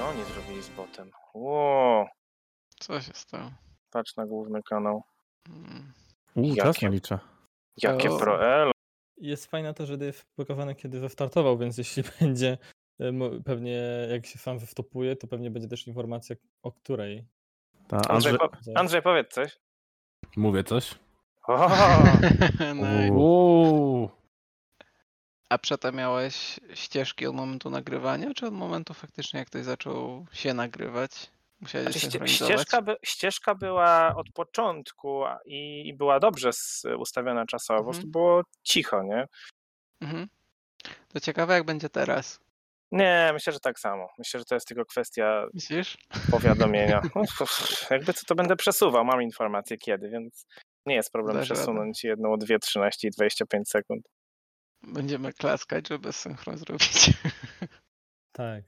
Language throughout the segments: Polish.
Co oni zrobili z botem? Ło, Co się stało? patrz na główny kanał. Czas nalicza. Jakie O. proelo. Jest fajne to, że jest wpakowane, kiedy wystartował, więc jeśli będzie pewnie, jak się sam wtopuje, to pewnie będzie też informacja, o której. Andrzej, powiedz coś. Mówię coś. O, Nice. Uuu. A przedtem miałeś ścieżki od momentu nagrywania, czy od momentu faktycznie, jak ktoś zaczął się nagrywać? Musiałeś znaczy, synchronizować? ścieżka była od początku i była dobrze ustawiona czasowo, po prostu było cicho, nie? Mhm. To ciekawe, jak będzie teraz. Nie, myślę, że tak samo. Myślę, że to jest tylko kwestia Myślisz? powiadomienia. Jakby co, to będę przesuwał, mam informację kiedy, więc nie jest problem Dasz przesunąć jedną o 2, 13 i 25 sekund. Będziemy klaskać, żeby synchron zrobić. Tak.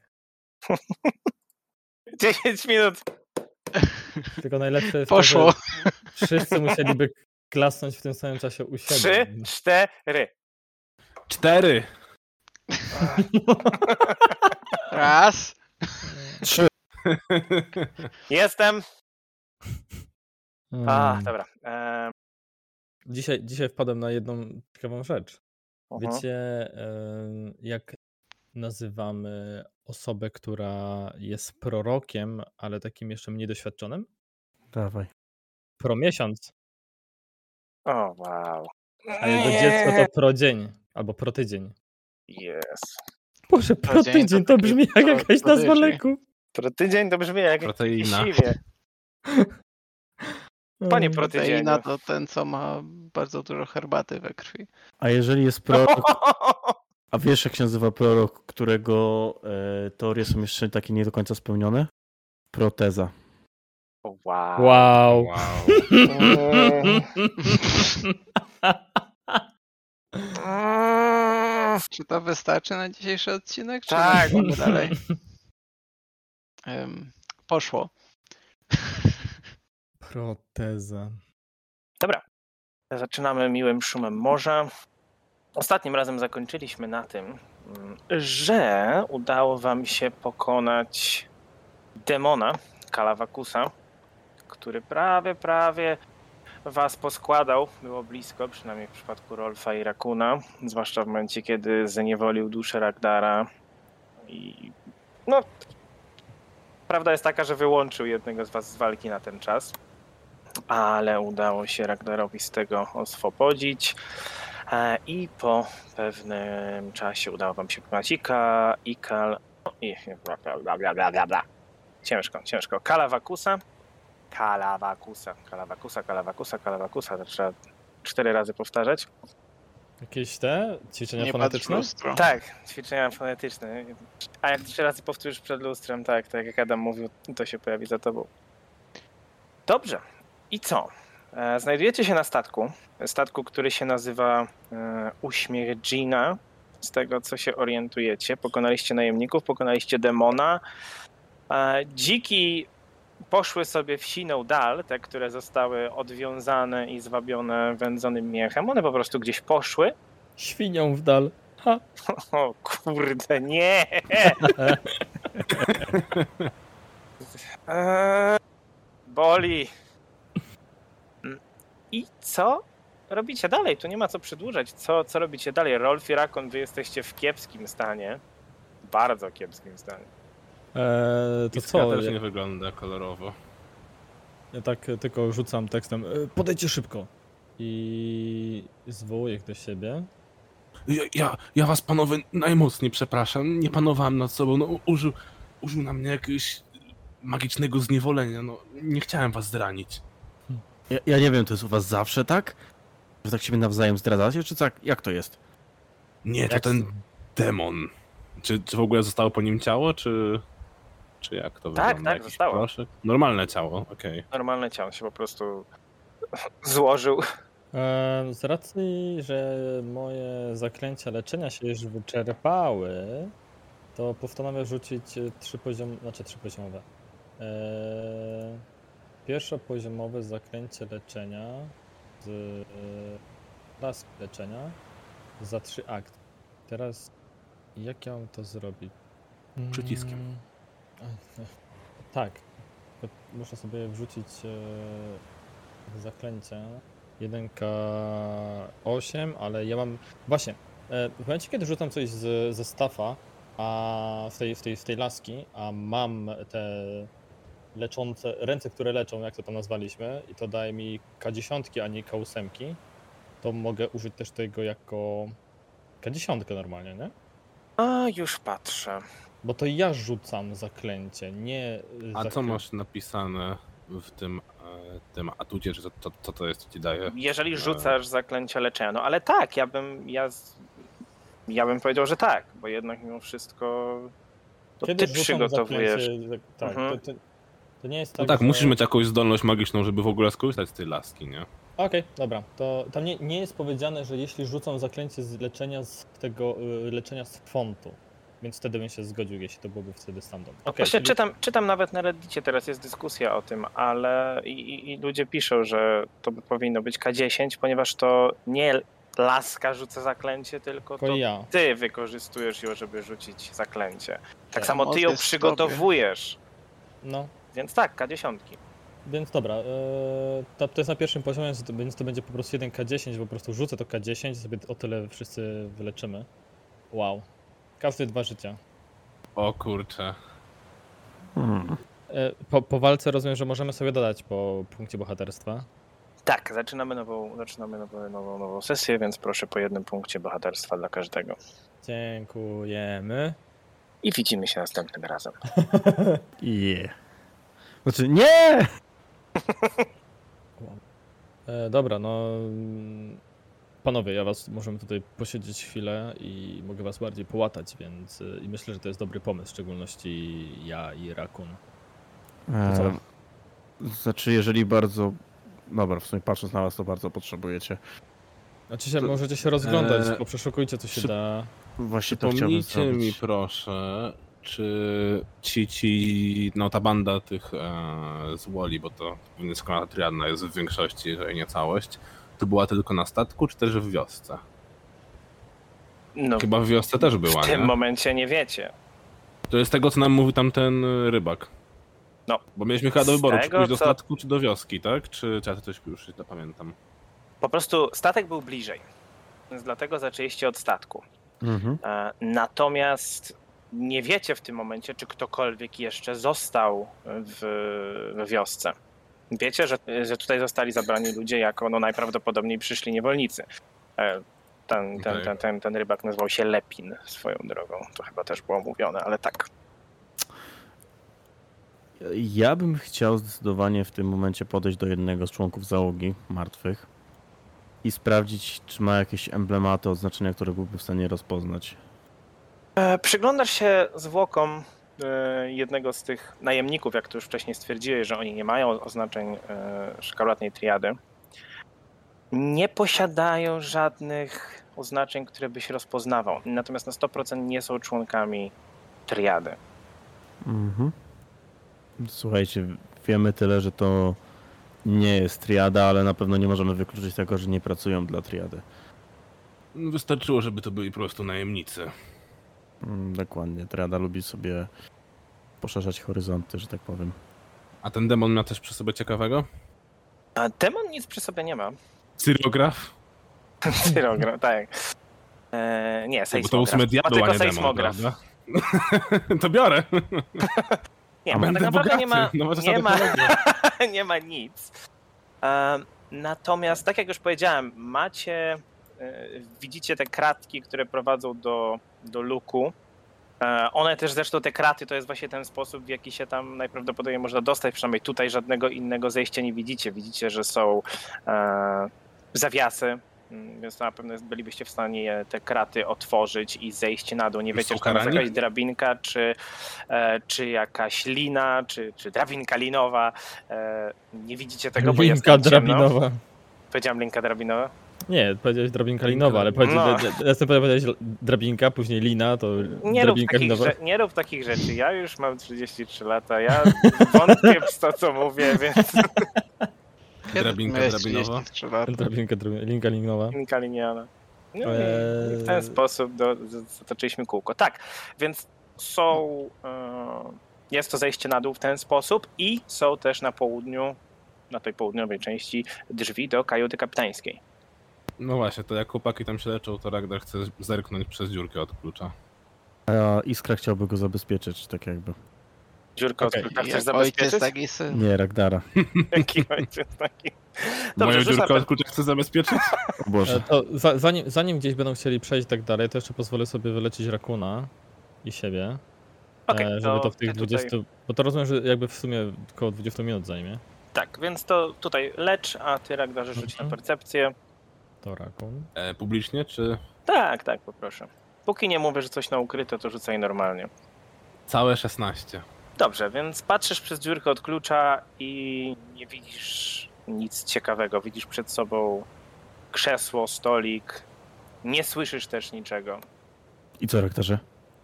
10 minut. Tylko najlepsze jest Poszło. to, że wszyscy musieliby klasnąć w tym samym czasie u siebie. 3, 4. 4. Raz. 3. Jestem. Dobra. Dzisiaj wpadłem na jedną ciekawą rzecz. Mhm. Wiecie, jak nazywamy osobę, która jest prorokiem, ale takim jeszcze mniej doświadczonym? Dawaj. Promiesiąc. O, wow. A jego dziecko to prodzień albo protydzień. Jest. Boże, protydzień to brzmi jak jakaś nazwa leku. Protydzień to brzmi jak Proteina. siwie. Panie protydzieniu. Proteina to ten, co ma bardzo dużo herbaty we krwi. A jeżeli jest prorok, a wiesz jak się nazywa prorok, którego teorie są jeszcze takie nie do końca spełnione? Proteza. Wow. Czy to wystarczy na dzisiejszy odcinek? Czy Tak. mamy dalej? Poszło. Proteza. Dobra. Zaczynamy miłym szumem morza. Ostatnim razem zakończyliśmy na tym, że udało wam się pokonać demona Kalawakusa, który prawie was poskładał. Było blisko, przynajmniej w przypadku Rolfa i Rakuna, zwłaszcza w momencie, kiedy zniewolił duszę Ragdara. I no, prawda jest taka, że wyłączył jednego z was z walki na ten czas, ale udało się Ragdarowi z tego oswobodzić. I po pewnym czasie udało wam się pokonać Ikal i bla. Ciężko. Kalawakusa. To trzeba 4 razy powtarzać. Jakieś te ćwiczenia Nie patrz w fonetyczne? lustro. Tak, ćwiczenia fonetyczne. A jak 3 razy powtórzysz przed lustrem, tak jak Adam mówił, to się pojawi za tobą. Dobrze. I co? Znajdujecie się na statku, który się nazywa Uśmiech Dżina. Z tego, co się orientujecie, pokonaliście najemników, pokonaliście demona. Dziki poszły sobie w siną dal, te, które zostały odwiązane i zwabione wędzonym miechem. One po prostu gdzieś poszły. Świnią w dal. Ha. O kurde, nie! Boli. I co robicie dalej? Tu nie ma co przedłużać. Co robicie dalej? Rolf i Rakon, wy jesteście w kiepskim stanie. Bardzo kiepskim stanie. To Iskra co? też nie wygląda kolorowo. Ja tak tylko rzucam tekstem. Podejdźcie szybko. I zwołuję ich do siebie. Ja was panowie najmocniej przepraszam. Nie panowałem nad sobą. No, użył na mnie jakiegoś magicznego zniewolenia. No, nie chciałem was zranić. Ja nie wiem, to jest u was zawsze tak? Że tak siebie nawzajem zdradzacie, czy tak? Jak to jest? Nie, to Jak ten demon. Czy w ogóle zostało po nim ciało, czy jak to wygląda? Tak, Jakiś zostało. proszek? Normalne ciało, okej. Normalne ciało się po prostu złożył. Z racji, że moje zaklęcia leczenia się już wyczerpały, to postanowię rzucić 3 poziomowe. Pierwszopoziomowe zaklęcie leczenia z raz leczenia za 3 akty. Teraz jak ja mam to zrobić? Przyciskiem. Tak. Muszę sobie wrzucić zaklęcia. 1K8, ale ja mam... Właśnie, w momencie kiedy rzucam coś ze staffa, a w tej laski, a mam te leczące, ręce, które leczą, jak to tam nazwaliśmy, i to daje mi K10, a nie K8, to mogę użyć też tego jako K10 normalnie, nie? A, już patrzę. Bo to ja rzucam zaklęcie, nie A co masz napisane w tym atucie, że co to jest, co ci daje? Jeżeli rzucasz zaklęcia leczenia, no ale tak, ja bym powiedział, że tak, bo jednak mimo wszystko to Kiedy ty rzucam przygotowujesz. zaklęcie, tak, Mhm. to nie jest No tak, tak, że... musisz mieć jakąś zdolność magiczną, żeby w ogóle skorzystać z tej laski, nie? Okej, dobra. To tam nie jest powiedziane, że jeśli rzucam zaklęcie z leczenia z tego leczenia z fontu. Więc wtedy bym się zgodził, jeśli to byłoby wtedy stamtąd. Właśnie czytam nawet na Reddicie, teraz jest dyskusja o tym, ale i ludzie piszą, że to powinno być K10, ponieważ to nie laska rzuca zaklęcie, tylko to ja. ty wykorzystujesz ją, żeby rzucić zaklęcie. Tak Ja, samo ty moc ją jest w przygotowujesz. No, Więc tak, K10. więc dobra. To jest na pierwszym poziomie, więc to będzie po prostu 1K10, po prostu rzucę to K10 i sobie o tyle wszyscy wyleczymy. Wow. Każdy 2 życia. O kurczę. Po walce rozumiem, że możemy sobie dodać po punkcie bohaterstwa. Tak, zaczynamy nową sesję, więc proszę po 1 punkcie bohaterstwa dla każdego. Dziękujemy. I widzimy się następnym razem. Znaczy, nie! Dobra, no... Panowie, możemy tutaj posiedzieć chwilę i mogę was bardziej połatać, więc i myślę, że to jest dobry pomysł, w szczególności ja i Rakun. co? Znaczy, jeżeli bardzo... Dobra, w sumie patrząc na was, to bardzo potrzebujecie. Znaczy możecie się rozglądać, przeszukujcie co się da. Właśnie to chciałbym Przypomnijcie mi zrobić. proszę, czy no ta banda tych z Woli, bo to Skłana Triadna jest w większości, jeżeli nie całość, to była tylko na statku, czy też w wiosce? No, Chyba w wiosce też była, w tym nie? momencie nie wiecie. To jest tego, co nam mówi tamten rybak. No. Bo mieliśmy chyba do Z wyboru, czy tego, pójść do co- statku, czy do wioski, tak? Czy ja to coś już nie pamiętam. Po prostu statek był bliżej, więc dlatego zaczęliście od statku. Mhm. Natomiast nie wiecie w tym momencie, czy ktokolwiek jeszcze został w wiosce. Wiecie, że tutaj zostali zabrani ludzie jako najprawdopodobniej przyszli niewolnicy. Ten rybak nazywał się Lepin swoją drogą. To chyba też było mówione, ale tak. Ja bym chciał zdecydowanie w tym momencie podejść do jednego z członków załogi martwych i sprawdzić, czy ma jakieś emblematy, oznaczenia, które byłby w stanie rozpoznać. Przyglądasz się zwłokom jednego z tych najemników, jak to już wcześniej stwierdziłeś, że oni nie mają oznaczeń szkarłatnej triady. Nie posiadają żadnych oznaczeń, które byś rozpoznawał. Natomiast na 100% nie są członkami triady. Mhm. Słuchajcie, wiemy tyle, że to nie jest triada, ale na pewno nie możemy wykluczyć tego, że nie pracują dla triady. Wystarczyło, żeby to byli po prostu najemnicy. Dokładnie. Triada lubi sobie poszerzać horyzonty, że tak powiem. A ten demon miał coś przy sobie ciekawego? A demon nic przy sobie nie ma. Cyrograf? Cyrograf, tak. Nie, Bo to był w sumie sejsmograf. Ma diabeł, a tylko nie demon, sejsmograf. prawda? To biorę. Nie, A bo tak będę naprawdę nie ma, bogaty, nowoczesna nie ma, technologia. nie ma nic. Natomiast, tak jak już powiedziałem, widzicie te kratki, które prowadzą do luku. One też zresztą, te kraty, to jest właśnie ten sposób, w jaki się tam najprawdopodobniej można dostać, przynajmniej tutaj żadnego innego zejścia nie widzicie. Widzicie, że są zawiasy, więc na pewno bylibyście w stanie te kraty otworzyć i zejść na dół. Nie Już wiecie, są czy tam jest karani? jakaś drabinka, czy jakaś lina, czy drabinka linowa. Nie widzicie tego, bo jest Linka tam ciemno. drabinowa. Powiedziałem linka drabinowa. Nie, powiedziałeś drabinka linowa, ale powiedziałeś drabinka, później lina, to drabinka linowa. Nie rób takich rzeczy. Ja już mam 33 lata. Ja wątpię w to, co mówię, więc Kiedy Drabinka miałeś drabinowa? 33 lata? Linka linowa. linka liniana. No i w ten sposób zatoczyliśmy kółko. Tak, więc są Jest to zejście na dół w ten sposób i są też na południu, na tej południowej części drzwi do kajuty kapitańskiej. No właśnie, to jak chłopaki tam się leczą, to Ragnar chce zerknąć przez dziurkę od klucza. A Iskra chciałby go zabezpieczyć, tak jakby. Dziurkę Okej, od klucza chcesz Jak zabezpieczyć? ojciec, taki syn. Nie, Ragdara. Jaki ojciec taki? Dobrze, Moją rzuć na dziurkę pe- od klucza chce zabezpieczyć? O Boże. To zanim gdzieś będą chcieli przejść i tak dalej, to jeszcze pozwolę sobie wyleczyć Rakuna i siebie. Okej, Żeby to w tych ty tutaj- 20... Bo to rozumiem, że jakby w sumie około 20 minut zajmie. Tak, więc to tutaj lecz, a ty Ragdarze rzuć na percepcję. To Rakun. Publicznie, czy Tak, poproszę. Póki nie mówię, że coś na ukryte, to rzucaj normalnie. całe 16? Dobrze, więc patrzysz przez dziurkę od klucza i nie widzisz nic ciekawego. Widzisz przed sobą krzesło, stolik. Nie słyszysz też niczego. I co, Ragdarze?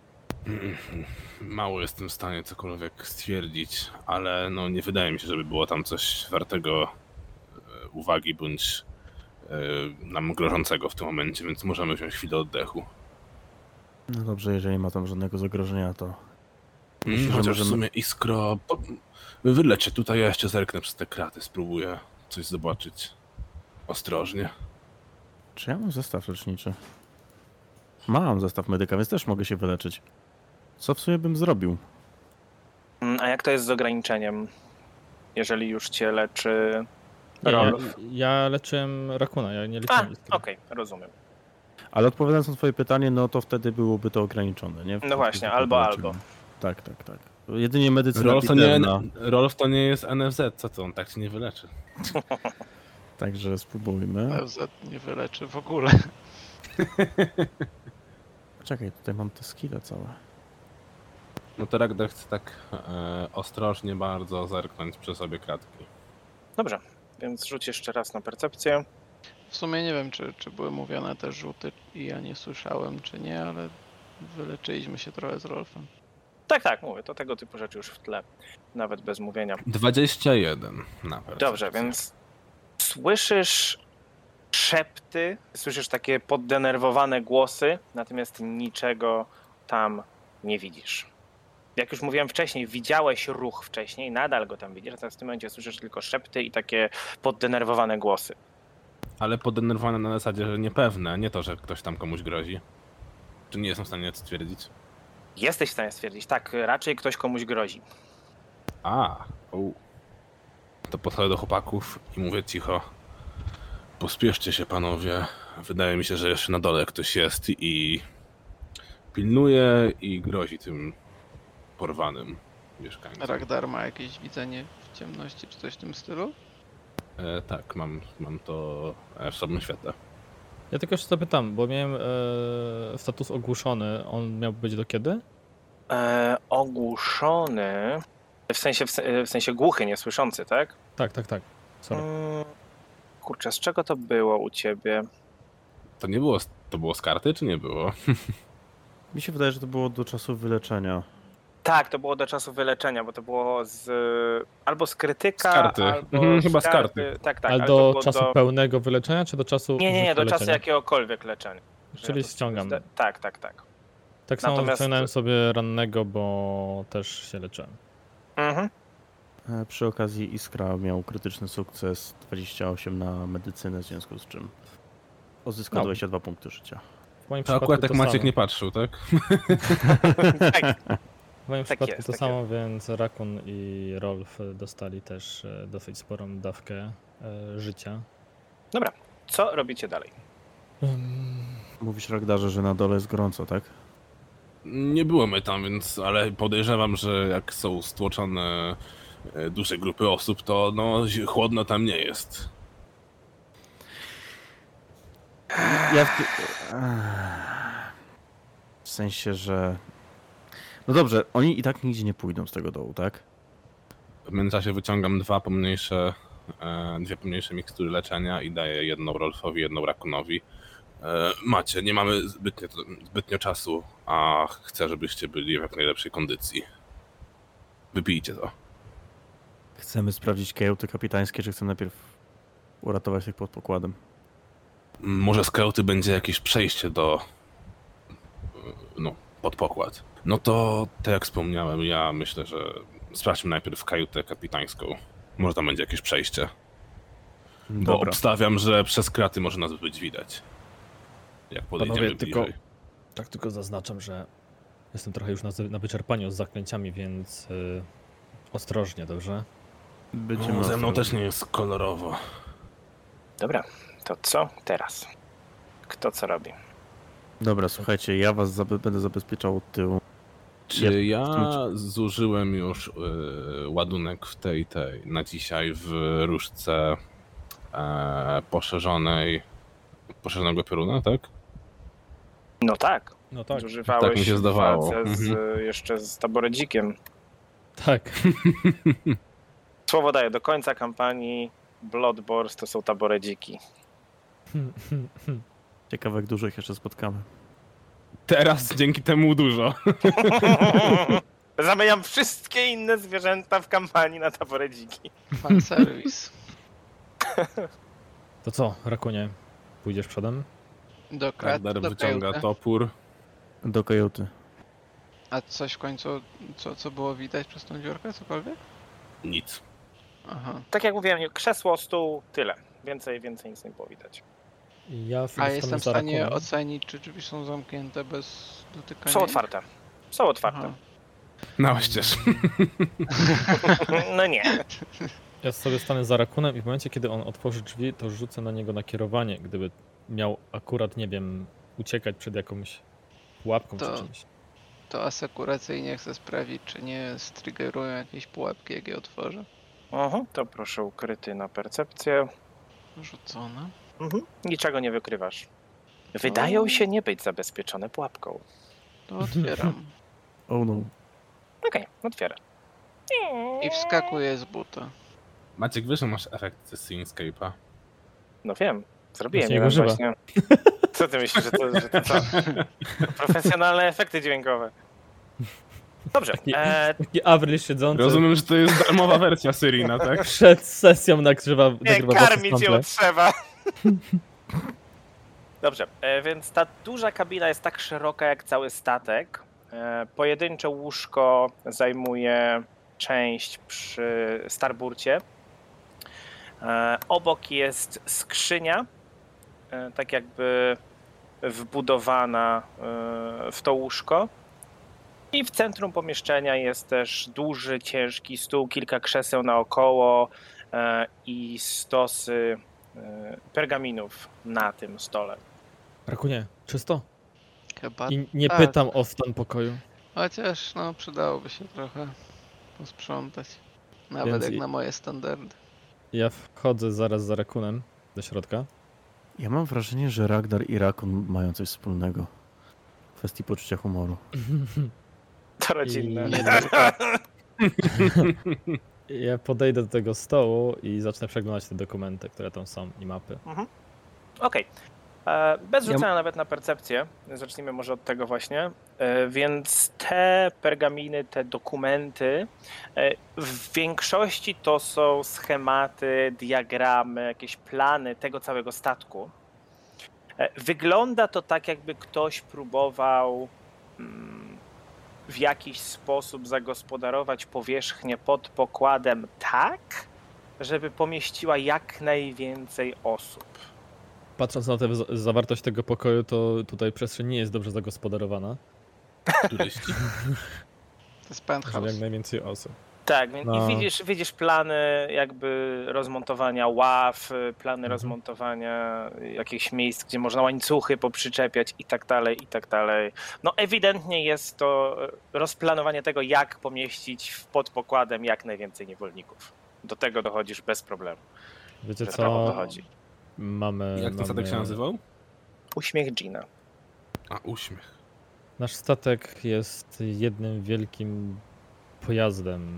Mało jestem w stanie cokolwiek stwierdzić, ale no nie wydaje mi się, żeby było tam coś wartego uwagi bądź nam grożącego w tym momencie, więc możemy wziąć chwilę oddechu. No dobrze, jeżeli nie ma tam żadnego zagrożenia, to... Myślę, że Chociaż możemy- w sumie Iskro, wyleczę tutaj, ja jeszcze zerknę przez te kraty, spróbuję coś zobaczyć. Ostrożnie. Czy ja mam zestaw leczniczy? Mam zestaw medyka, więc też mogę się wyleczyć. Co w sumie bym zrobił? A jak to jest z ograniczeniem? Jeżeli już cię leczy Nie, Rolf? ja leczyłem Rakuna, ja nie A, leczyłem Iskry. okej, rozumiem. Ale odpowiadając na twoje pytanie, no to wtedy byłoby to ograniczone, nie? No właśnie, Wtedy albo, wyleczymy. albo. Tak. Jedynie medycyna pitewna, Rolf to nie jest NFZ, co to on tak się nie wyleczy? także spróbujmy. FZ nie wyleczy w ogóle. Czekaj, tutaj mam te skille całe. No to Ragnar chce tak ostrożnie bardzo zerknąć przez obie kratki. Dobrze, więc rzuć jeszcze raz na percepcję. W sumie nie wiem, czy były mówione te rzuty i ja nie słyszałem, czy nie, ale wyleczyliśmy się trochę z Rolfem. Tak, mówię, to tego typu rzeczy już w tle, nawet bez mówienia. 21 na percepcję. Dobrze, więc słyszysz szepty, słyszysz takie poddenerwowane głosy, natomiast niczego tam nie widzisz. Jak już mówiłem wcześniej, widziałeś ruch wcześniej, nadal go tam widzisz, natomiast w tym momencie słyszysz tylko szepty i takie poddenerwowane głosy. Ale podenerwowane na zasadzie, że niepewne, nie to, że ktoś tam komuś grozi. Czy nie jestem w stanie stwierdzić? Jesteś w stanie stwierdzić, tak, raczej ktoś komuś grozi. To podchodzę do chłopaków i mówię cicho. Pospieszcie się, panowie. Wydaje mi się, że jeszcze na dole ktoś jest i pilnuje i grozi tym porwanym mieszkańcom. Ragnar ma jakieś widzenie w ciemności, czy coś w tym stylu? Tak, mam to w sobnym świetle. Ja tylko jeszcze zapytam, bo miałem status ogłuszony, on miał być do kiedy? Ogłuszony, w sensie głuchy, niesłyszący, tak? Tak. Sorry. Kurczę, z czego to było u ciebie? To było z karty, czy nie było? Mi się wydaje, że to było do czasu wyleczenia. Tak, to było do czasu wyleczenia, bo to było albo z krytyka, Z karty. albo Chyba z karty. Tak, Ale ale to do było czasu pełnego wyleczenia, czy do czasu Nie, do czasu leczenia? jakiegokolwiek leczenia. Czyli Ja to ściągam. Tak. Tak samo Natomiast- wyciągnąłem sobie rannego, bo też się leczyłem. Mhm. Przy okazji Iskra miał krytyczny sukces 28 na medycynę, w związku z czym uzyskał No. 22 punkty życia. W moim To przypadku akurat jak to Maciek samo. nie patrzył, tak? Tak, W moim tak przypadku jest, to tak samo, więc Rakun i Rolf dostali też dosyć sporą dawkę życia. co robicie dalej? Mówisz, Ragdarze, że na dole jest gorąco, tak? Nie byłem tam, więc, ale podejrzewam, że jak są stłoczone duże grupy osób, to no chłodno tam nie jest. Ja w sensie, że... No dobrze, oni i tak nigdzie nie pójdą z tego dołu, tak? W międzyczasie wyciągam dwie pomniejsze mikstury leczenia i daję jedną Rolfowi, jedną Rakunowi. Macie, nie mamy zbytnio czasu, a chcę, żebyście byli w jak najlepszej kondycji. Wypijcie to. Chcemy sprawdzić kajuty kapitańskie, czy chcemy najpierw uratować ich pod pokładem? Może z Kauty będzie jakieś przejście do pod pokład. No to, tak jak wspomniałem, ja myślę, że sprawdźmy najpierw kajutę kapitańską. Może tam będzie jakieś przejście. Bo Dobra. obstawiam, że przez kraty może nas być widać. Jak podejdziemy Panowie, bliżej. Tak tylko zaznaczam, że jestem trochę już na wyczerpaniu z zaklęciami, więc ostrożnie, dobrze? Będziemy No, ze mną ostrożni. też nie jest kolorowo. Dobra, to co teraz? Kto co robi? Dobra, słuchajcie, ja was będę zabezpieczał od tyłu. Czy ja tym- zużyłem już ładunek w tej na dzisiaj w różdżce poszerzonego pioruna, tak? No tak, No tak. zużywałeś Tak mi się w zdawało. walce jeszcze z taboredzikiem. Tak. Słowo daję, do końca kampanii Bloodborne to są taboredziki. Ciekawe, jak dużo ich jeszcze spotkamy. Teraz dzięki temu dużo. Zamieniam wszystkie inne zwierzęta w kampanii na taboredziki. Fan serwis. To co, Rakunie? Pójdziesz przodem? Do krat, Ragnar do wyciąga kajuty. topór. Do kajuty. A coś w końcu, co było widać przez tą dziurkę, cokolwiek? Nic. Aha. Tak jak mówiłem, krzesło, stół, tyle. Więcej nic nie było widać. Ja A stanę jestem w za stanie Rakunem. ocenić, czy drzwi są zamknięte bez dotykania? Są ich? otwarte. Są otwarte. Aha. Na oścież. No nie. Ja sobie stanę za Rakunem i w momencie, kiedy on otworzy drzwi, to rzucę na niego nakierowanie, gdyby miał akurat, nie wiem, uciekać przed jakąś pułapką To- czy czymś. To asekuracyjnie chcę sprawdzić, czy nie striggerują jakieś pułapki, jak je otworzę. To proszę ukryty na percepcję. Rzucone. Niczego nie wykrywasz. Wydają się nie być zabezpieczone pułapką. To otwieram. Oh no. Okej, otwieram. I wskakuję z buta. Maciek, wiesz, że masz efekt ze Scenescape'a? No wiem, zrobiłem Właśnie jeden używa. właśnie. Co ty myślisz, że to co? Profesjonalne efekty dźwiękowe. Dobrze. Taki Avril siedzący Rozumiem, że to jest darmowa wersja Syrina, tak? przed sesją nagrywa Nie, własne karmić ją sample. trzeba. Dobrze, więc ta duża kabina jest tak szeroka jak cały statek. Pojedyncze łóżko zajmuje część przy starburcie. Obok jest skrzynia, tak jakby wbudowana w to łóżko. I w centrum pomieszczenia jest też duży, ciężki stół, kilka krzeseł naokoło i stosy pergaminów na tym stole. Rakunie, czysto? Chyba I nie tak. pytam o stan pokoju. Chociaż no przydałoby się trochę posprzątać. Nawet Więc jak i- na moje standardy. Ja wchodzę zaraz za Rakunem do środka. Ja mam wrażenie, że Ragnar i Rakun mają coś wspólnego. W kwestii poczucia humoru. To rodzinne. Ja podejdę do tego stołu i zacznę przeglądać te dokumenty, które tam są i mapy. Okej. Bez Ja- rzucania nawet na percepcję, zacznijmy może od tego właśnie, więc te pergaminy, te dokumenty w większości to są schematy, diagramy, jakieś plany tego całego statku. Wygląda to tak, jakby ktoś próbował w jakiś sposób zagospodarować powierzchnię pod pokładem tak, żeby pomieściła jak najwięcej osób. Patrząc na tę zawartość tego pokoju, to tutaj przestrzeń nie jest dobrze zagospodarowana, Turyści. To jest żeby penthouse. jak najwięcej osób. Tak, więc No. i widzisz plany jakby rozmontowania ław, plany rozmontowania jakichś miejsc, gdzie można łańcuchy poprzyczepiać i tak dalej, i tak dalej. No ewidentnie jest to rozplanowanie tego, jak pomieścić w pod pokładem jak najwięcej niewolników. Do tego dochodzisz bez problemu. Wiecie Że tam o to co? chodzi. Mamy... Jak ten statek się nazywał? Uśmiech Gina. A, uśmiech. Nasz statek jest jednym wielkim pojazdem.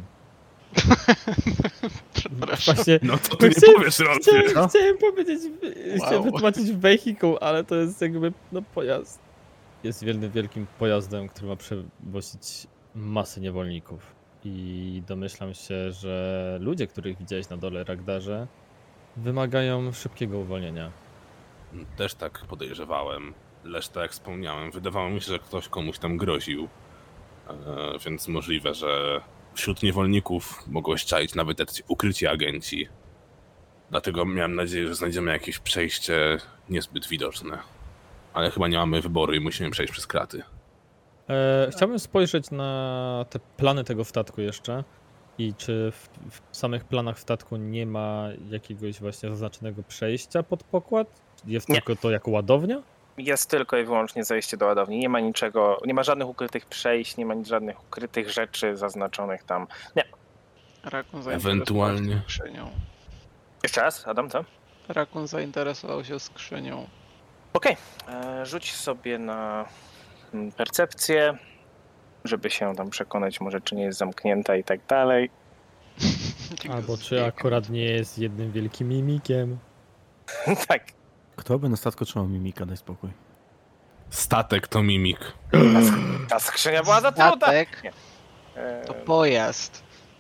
Przepraszam. Właśnie No to ty nie Chciałem- powiesz, Rolfie. chciałem powiedzieć, Wow. chciałem wytłumaczyć wehikuł, ale to jest jakby pojazd. Jest jednym wielkim pojazdem, który ma przewozić masę niewolników. I domyślam się, że ludzie, których widziałeś na dole Ragdarze, wymagają szybkiego uwolnienia. Też tak podejrzewałem. lecz tak jak wspomniałem, wydawało mi się, że ktoś komuś tam groził. Więc możliwe, że wśród niewolników mogło czaić nawet jacyś ukryci agenci. Dlatego miałem nadzieję, że znajdziemy jakieś przejście niezbyt widoczne. Ale chyba nie mamy wyboru i musimy przejść przez kraty. Chciałbym spojrzeć na te plany tego statku jeszcze i czy w samych planach statku nie ma jakiegoś właśnie zaznaczonego przejścia pod pokład? Jest Nie. tylko to jako ładownia? Jest tylko i wyłącznie zejście do ładowni. Nie ma niczego, nie ma żadnych ukrytych przejść, nie ma żadnych ukrytych rzeczy zaznaczonych tam. Nie. Rakun Ewentualnie. zainteresował się skrzynią. Jeszcze raz, Adam, co? Rakun zainteresował się skrzynią. Okej. Rzuć sobie na percepcję, żeby się tam przekonać może, czy nie jest zamknięta i tak dalej. Albo czy akurat nie jest jednym wielkim mimikiem? Tak. Kto by na statku trzymał mimika, daj spokój. Statek to mimik. Ta skrzynia była zatruta. Statek Nie. to pojazd.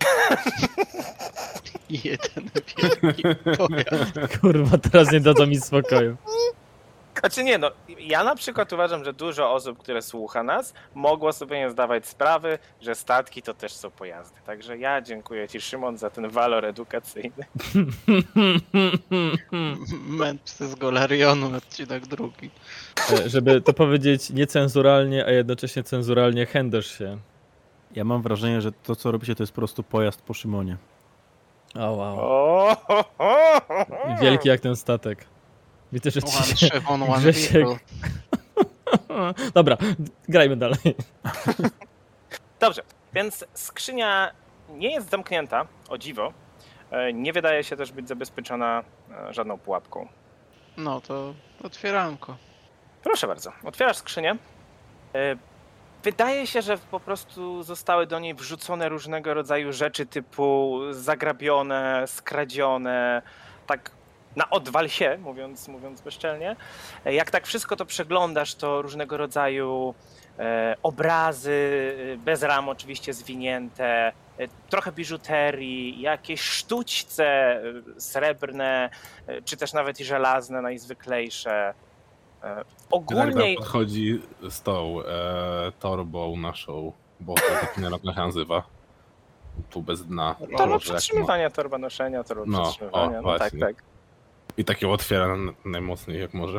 Jeden wielki pojazd. Kurwa, teraz nie dadzą mi spokoju. Znaczy nie, no ja na przykład uważam, że dużo osób, które słucha nas, mogło sobie nie zdawać sprawy, że statki to też są pojazdy. Także ja dziękuję Ci, Szymon, za ten walor edukacyjny. Mędrcy z Golarionu, odcinek drugi. Żeby to powiedzieć niecenzuralnie, a jednocześnie cenzuralnie, chędasz się. Ja mam wrażenie, że to co robicie to jest po prostu pojazd po Szymonie. O, wow. O, ho, ho, ho, ho. Wielki jak ten statek. Widzę, że ci One się... ship on one Grzesiek. vehicle. Dobra, grajmy dalej. Dobrze, więc skrzynia nie jest zamknięta, o dziwo. Nie wydaje się też być zabezpieczona żadną pułapką. No to otwieranko. Proszę bardzo, otwierasz skrzynię. Wydaje się, że po prostu zostały do niej wrzucone różnego rodzaju rzeczy typu zagrabione, skradzione, tak na odwal się, mówiąc bezczelnie. Jak tak wszystko to przeglądasz, to różnego rodzaju obrazy, bez ram oczywiście zwinięte, trochę biżuterii, jakieś sztućce srebrne, czy też nawet i żelazne, najzwyklejsze. Ogólnie... Ragnar podchodzi z tą torbą naszą, bo to tak nie nazywa. Tu bez dna. Torba Może przetrzymywania, torba noszenia, torba No, przetrzymywania, o, no tak, właśnie. tak. I tak ją otwiera najmocniej jak może.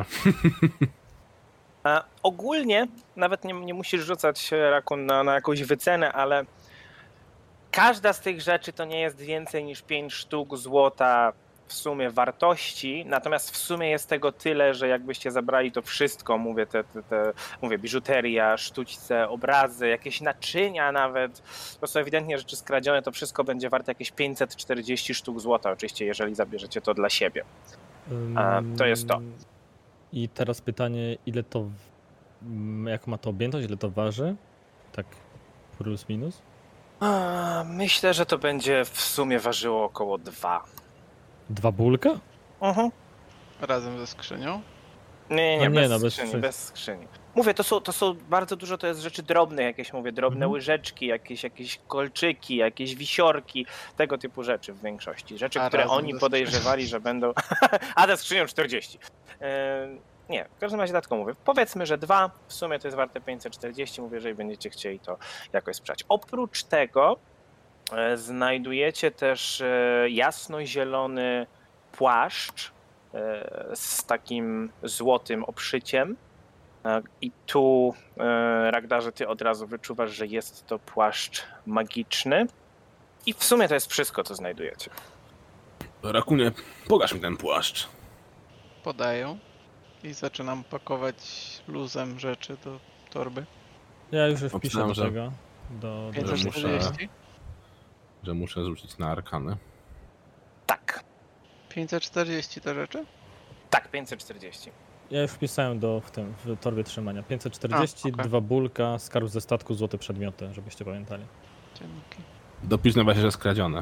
A ogólnie nawet nie musisz rzucać, Rakun, na jakąś wycenę, ale każda z tych rzeczy to nie jest więcej niż 5 sztuk złota w sumie wartości, natomiast w sumie jest tego tyle, że jakbyście zabrali to wszystko, mówię, biżuteria, sztućce, obrazy, jakieś naczynia nawet, to są ewidentnie rzeczy skradzione, to wszystko będzie warte jakieś 540 sztuk złota, oczywiście, jeżeli zabierzecie to dla siebie. To jest to. I teraz pytanie, ile to, jak ma to objętość, ile to waży? Tak plus minus? Myślę, że to będzie w sumie ważyło około 2. 2 bólka? Razem ze skrzynią. Nie, No nie, bez no, bez skrzyni, skrzyni. bez skrzyni. Mówię, to są bardzo dużo, to jest rzeczy drobne, jakieś mówię, drobne Mhm. łyżeczki, jakieś kolczyki, jakieś wisiorki, tego typu rzeczy w większości. Rzeczy, A które razem oni ze podejrzewali, że będą... A ze skrzynią 40. Nie, w każdym razie dlatego mówię. Powiedzmy, że 2, w sumie to jest warte 540, mówię, jeżeli będziecie chcieli to jakoś sprzedać. Oprócz tego znajdujecie też jasnozielony płaszcz z takim złotym obszyciem. I tu, Ragdarze, ty od razu wyczuwasz, że jest to płaszcz magiczny. I w sumie to jest wszystko, co znajdujecie. Rakunie, pokaż mi ten płaszcz. Podają. I zaczynam pakować luzem rzeczy do torby. Ja już wpiszę Obstałem, do że- tego. Do 540? Że muszę rzucić na arkanę. Tak, 540 te rzeczy? tak, 540. Ja już wpisałem w torbie trzymania. 540, A, okej. 2 bólka, skarb ze statku, złote przedmioty, żebyście pamiętali. Dzięki. Dopisz na razie, że skradzione.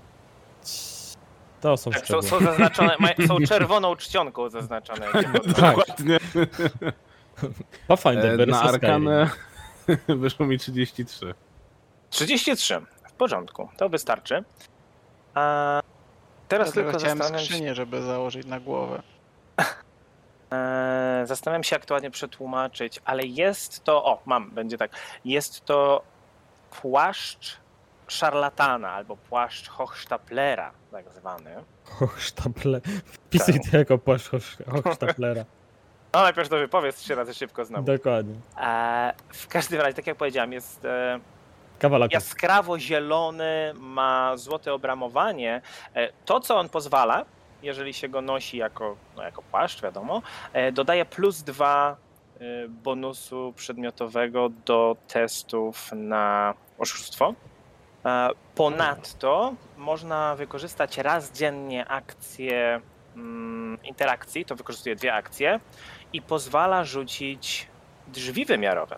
To są Tak, szczegóły. są zaznaczone, są czerwoną czcionką zaznaczone. Tak, Dokładnie. Pathfinder, Na wersja Skyrim. arkanę wyszło mi 33. 33, w porządku, to wystarczy. A teraz Dlatego tylko chciałem zastanawiam się... skrzynię, żeby założyć na głowę. Zastanawiam się, jak to ładnie przetłumaczyć, ale jest to, będzie tak, jest to płaszcz szarlatana albo płaszcz Hochstaplera, tak zwany. Hochstapler. Wpisuj to jako płaszcz Hochstaplera. No najpierw to wypowiedz 3 razy szybko znowu. Dokładnie. W każdym razie, tak jak powiedziałem, jest Kawalaków. jaskrawo zielony, ma złote obramowanie. To, co on pozwala, jeżeli się go nosi jako płaszcz, wiadomo, dodaje +2 bonusu przedmiotowego do testów na oszustwo. Ponadto można wykorzystać raz dziennie akcję interakcji, to wykorzystuje 2 akcje i pozwala rzucić drzwi wymiarowe.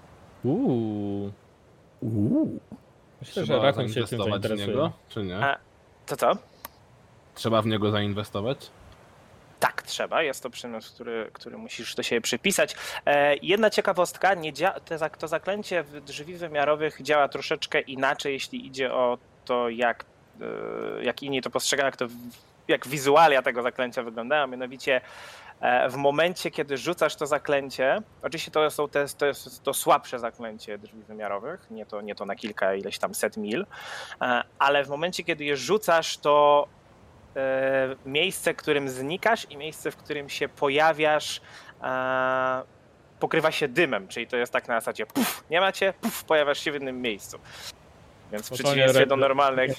Myślę, że Trzeba Rakon się tym zainwestować w zainteresuje. niego, czy nie? To co? Trzeba w niego zainwestować? Tak, trzeba. Jest to przedmiot, który musisz do siebie przypisać. Jedna ciekawostka, to zaklęcie w drzwi wymiarowych działa troszeczkę inaczej, jeśli idzie o to, jak inni to postrzegają, jak wizualia tego zaklęcia wyglądają. Mianowicie w momencie, kiedy rzucasz to zaklęcie, oczywiście to jest to słabsze zaklęcie drzwi wymiarowych, nie to na kilka ileś tam set mil, ale w momencie, kiedy je rzucasz, to miejsce, w którym znikasz i miejsce, w którym się pojawiasz, pokrywa się dymem, czyli to jest tak na zasadzie puf, nie macie, puf, pojawiasz się w innym miejscu. Więc w przeciwieństwie do normalnych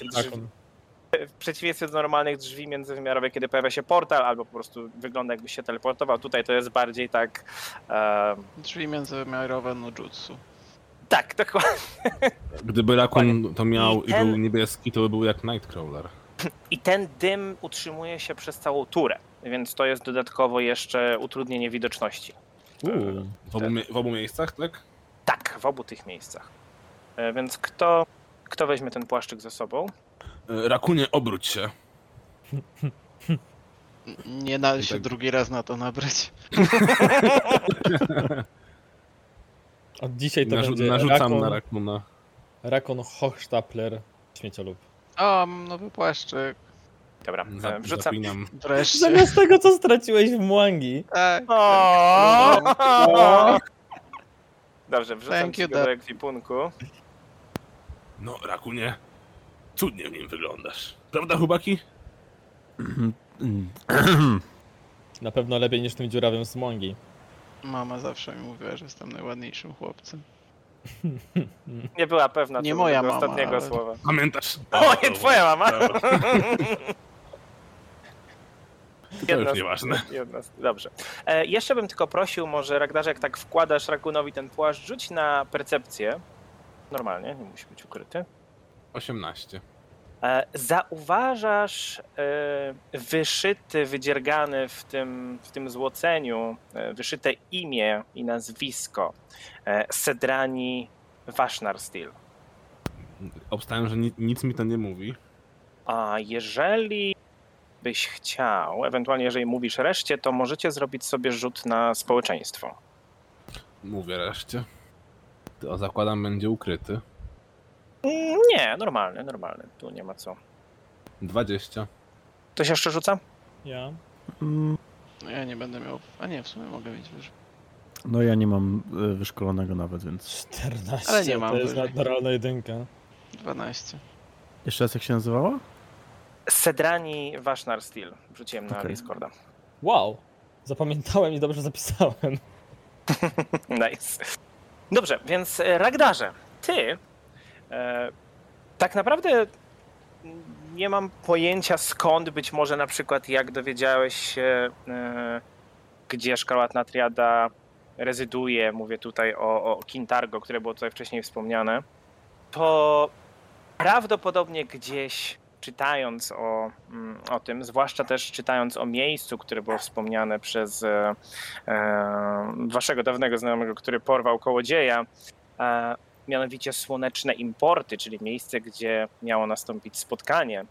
drzwi międzywymiarowych, kiedy pojawia się portal, albo po prostu wygląda, jakbyś się teleportował, tutaj to jest bardziej tak... Drzwi międzywymiarowe no jutsu. Tak, dokładnie. Gdyby Rakun to miał i był niebieski, to by był jak Nightcrawler. I ten dym utrzymuje się przez całą turę, więc to jest dodatkowo jeszcze utrudnienie widoczności. W obu miejscach, tak? Tak, w obu tych miejscach. Więc kto weźmie ten płaszczyk ze sobą? Rakunie, obróć się. Nie da się tak. drugi raz na to nabrać. Od dzisiaj to będzie Narzucam na Rakuna. Rakon Hochstapler śmieciolub. O, mam nowy płaszczyk. Dobra, wrzucam. Zapinam. Wreszcie. Zamiast tego, co straciłeś w Mwangi. Tak. Dobrze, wrzucam Thank ci you, go do ekwipunku. No, Rakunie, cudnie w nim wyglądasz. Prawda, chłopaki? Na pewno lepiej niż tym dziurawym z Mwangi. Mama zawsze mi mówiła, że jestem najładniejszym chłopcem. Nie była pewna Nie co moja do tego mama, ostatniego ale- słowa. Pamiętasz? O, nie twoja mama! To już nieważne. Dobrze. Jeszcze bym tylko prosił, może Ragdarze, jak tak wkładasz Rakunowi ten płaszcz, rzuć na percepcję. Normalnie, nie musi być ukryty. 18. Zauważasz wyszyty, wydziergany w tym złoceniu, wyszyte imię i nazwisko Sedrani Vashnarsteel. Obstałem, że nic mi to nie mówi. A jeżeli byś chciał, ewentualnie jeżeli mówisz reszcie, to możecie zrobić sobie rzut na społeczeństwo. Mówię reszcie. To zakładam, będzie ukryty. Nie, normalny. Tu nie ma co. 20. Ktoś jeszcze rzuca? Ja. No ja nie będę miał... A nie, w sumie mogę mieć wyżej. No ja nie mam wyszkolonego nawet, więc... 14. Ale nie mam To jest wyżej. naturalna jedynka. 12. Jeszcze raz jak się nazywała? Sedrani Vashnarsteel. Wrzuciłem na Okej. Discorda. Wow. Zapamiętałem i dobrze zapisałem. Nice. Dobrze, więc Ragdarze, ty tak naprawdę nie mam pojęcia skąd, być może na przykład jak dowiedziałeś się, gdzie Szkarłatna Triada rezyduje, mówię tutaj o Kintargo, które było tutaj wcześniej wspomniane, to prawdopodobnie gdzieś czytając o tym, zwłaszcza też czytając o miejscu, które było wspomniane przez waszego dawnego znajomego, który porwał kołodzieja, mianowicie Słoneczne Importy, czyli miejsce, gdzie miało nastąpić spotkanie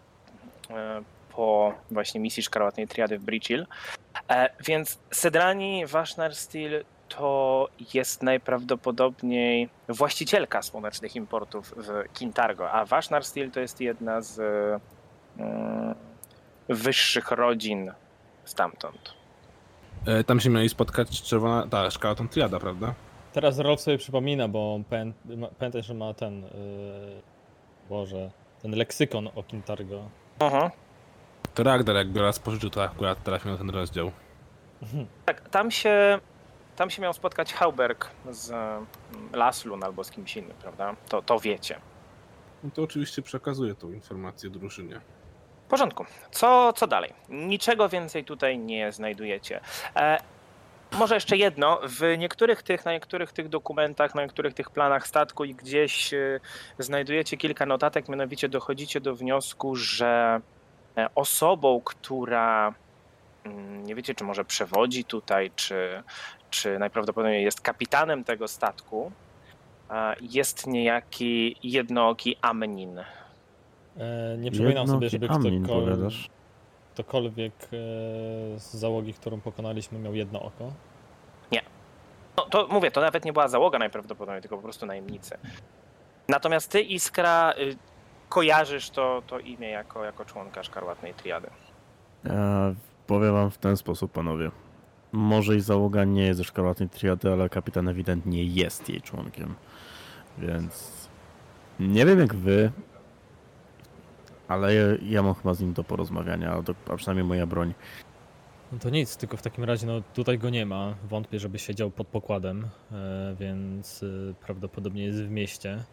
po właśnie misji Szkarłatnej Triady w Breach Hill. Więc Sedrani Vashnarsteel to jest najprawdopodobniej właścicielka Słonecznych Importów w Kintargo, a Vashnarsteel to jest jedna z wyższych rodzin stamtąd. Tam się mieli spotkać czerwona... Ta, szkarłatna triada, prawda? Teraz Rolf sobie przypomina, bo pamiętaj, że ma ten... Boże... Ten leksykon o Kintargo. Aha. To Ragnar jakby raz pożyczył, to akurat trafił na ten rozdział. Tak, tam się miał spotkać Hauberg z Laslun albo z kimś innym, prawda? To wiecie. No to oczywiście przekazuję tą informację drużynie. W porządku. Co dalej? Niczego więcej tutaj nie znajdujecie. Może jeszcze jedno. Na niektórych tych dokumentach, na niektórych tych planach statku i gdzieś znajdujecie kilka notatek, mianowicie dochodzicie do wniosku, że osobą, która nie wiecie, czy może przewodzi tutaj, czy najprawdopodobniej jest kapitanem tego statku, jest niejaki jednooki Amnin. Nie przypominam sobie, żeby Amnin, powiadasz? ktokolwiek z załogi, którą pokonaliśmy, miał jedno oko. No, to mówię, to nawet nie była załoga najprawdopodobniej, tylko po prostu najemnicy. Natomiast ty, Iskra, kojarzysz to imię jako członka Szkarłatnej Triady. Powiem wam w ten sposób, panowie. Może i załoga nie jest ze Szkarłatnej Triady, ale kapitan ewidentnie jest jej członkiem. Więc nie wiem jak wy, ale ja mam chyba z nim do porozmawiania, a przynajmniej moja broń. No to nic, tylko w takim razie no tutaj go nie ma. Wątpię, żeby siedział pod pokładem, więc prawdopodobnie jest w mieście.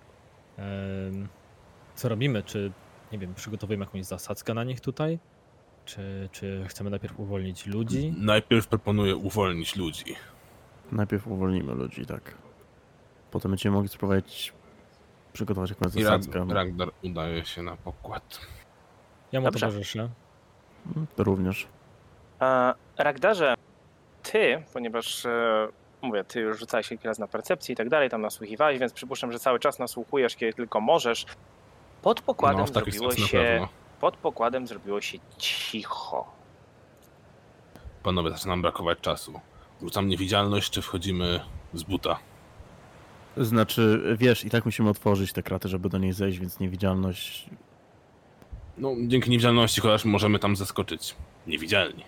Co robimy? Czy, nie wiem, przygotowujemy jakąś zasadzkę na nich tutaj? Czy chcemy najpierw uwolnić ludzi? Najpierw proponuję uwolnić ludzi. Najpierw uwolnimy ludzi, tak. Potem będziemy mogli spróbować przygotować jakąś I zasadzkę. Ragnar udaje się na pokład. Ja mu Dobrze. towarzyszę. To również. Ragdarze, ty, ponieważ mówię, ty już rzucałeś kilka razy na percepcję i tak dalej, tam nasłuchiwałeś, więc przypuszczam, że cały czas nasłuchujesz, kiedy tylko możesz. Pod pokładem, No, w takiej zrobiło sytuacji na się, pewno. pod pokładem zrobiło się cicho. Panowie, zaczyna nam brakować czasu. Rzucam niewidzialność, czy wchodzimy z buta? Znaczy, wiesz, i tak musimy otworzyć te kraty, żeby do niej zejść, więc niewidzialność... No, dzięki niewidzialności chociaż możemy tam zaskoczyć. Niewidzialni.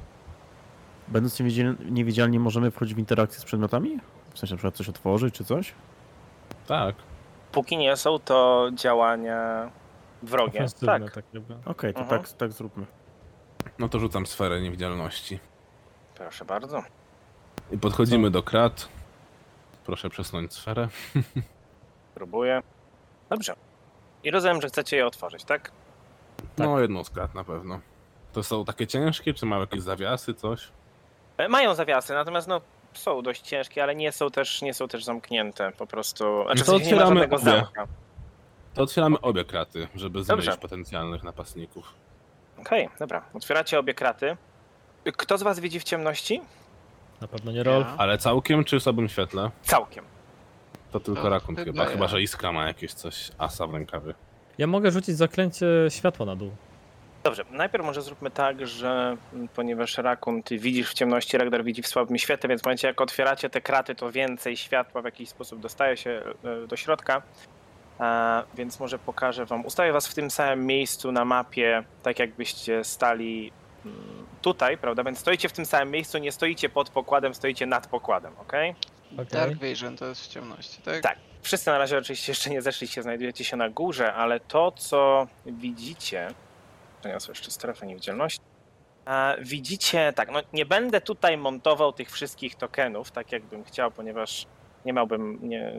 Będąc niewidzialni możemy wchodzić w interakcję z przedmiotami? W sensie na przykład coś otworzyć, czy coś? Tak. Póki nie są to działania wrogie. Ofensywne, Tak. tak jakby. Okej, to Mhm. tak zróbmy. No to rzucam sferę niewidzialności. Proszę bardzo. I podchodzimy do krat. Proszę przesunąć sferę. Próbuję. Dobrze. I rozumiem, że chcecie je otworzyć, tak? No, jedną z krat na pewno. To są takie ciężkie, czy mają jakieś zawiasy, coś? Mają zawiasy, natomiast no, są dość ciężkie, ale nie są też zamknięte po prostu. Znaczy, No w to sensie nie ma otwieramy żadnego obie. zamka. To otwieramy obie kraty, żeby zmylić Dobrze. potencjalnych napastników. Okej, dobra. Otwieracie obie kraty. Kto z was widzi w ciemności? Na pewno nie Rolf. Ale całkiem, czy w słabym świetle? Całkiem. To tylko To Rakun chyba chyba, ja. chyba że Iskra ma jakieś coś asa w rękawie. Ja mogę rzucić zaklęcie światła na dół. Dobrze, najpierw może zróbmy tak, że ponieważ Rakun, ty widzisz w ciemności, Ragnar widzi w słabym świetle, więc w momencie jak otwieracie te kraty, to więcej światła w jakiś sposób dostaje się do środka. Więc może pokażę wam, ustawię was w tym samym miejscu na mapie, tak jakbyście stali tutaj, prawda? Więc stoicie w tym samym miejscu, nie stoicie pod pokładem, stoicie nad pokładem, okej? Dark Vision to jest w ciemności, tak? Tak. Wszyscy na razie oczywiście jeszcze nie zeszliście, znajdujecie się na górze, ale to, co widzicie... Przeniosę jeszcze strefę niewidzialności. Widzicie, tak, no nie będę tutaj montował tych wszystkich tokenów, tak jakbym chciał, ponieważ nie miałbym,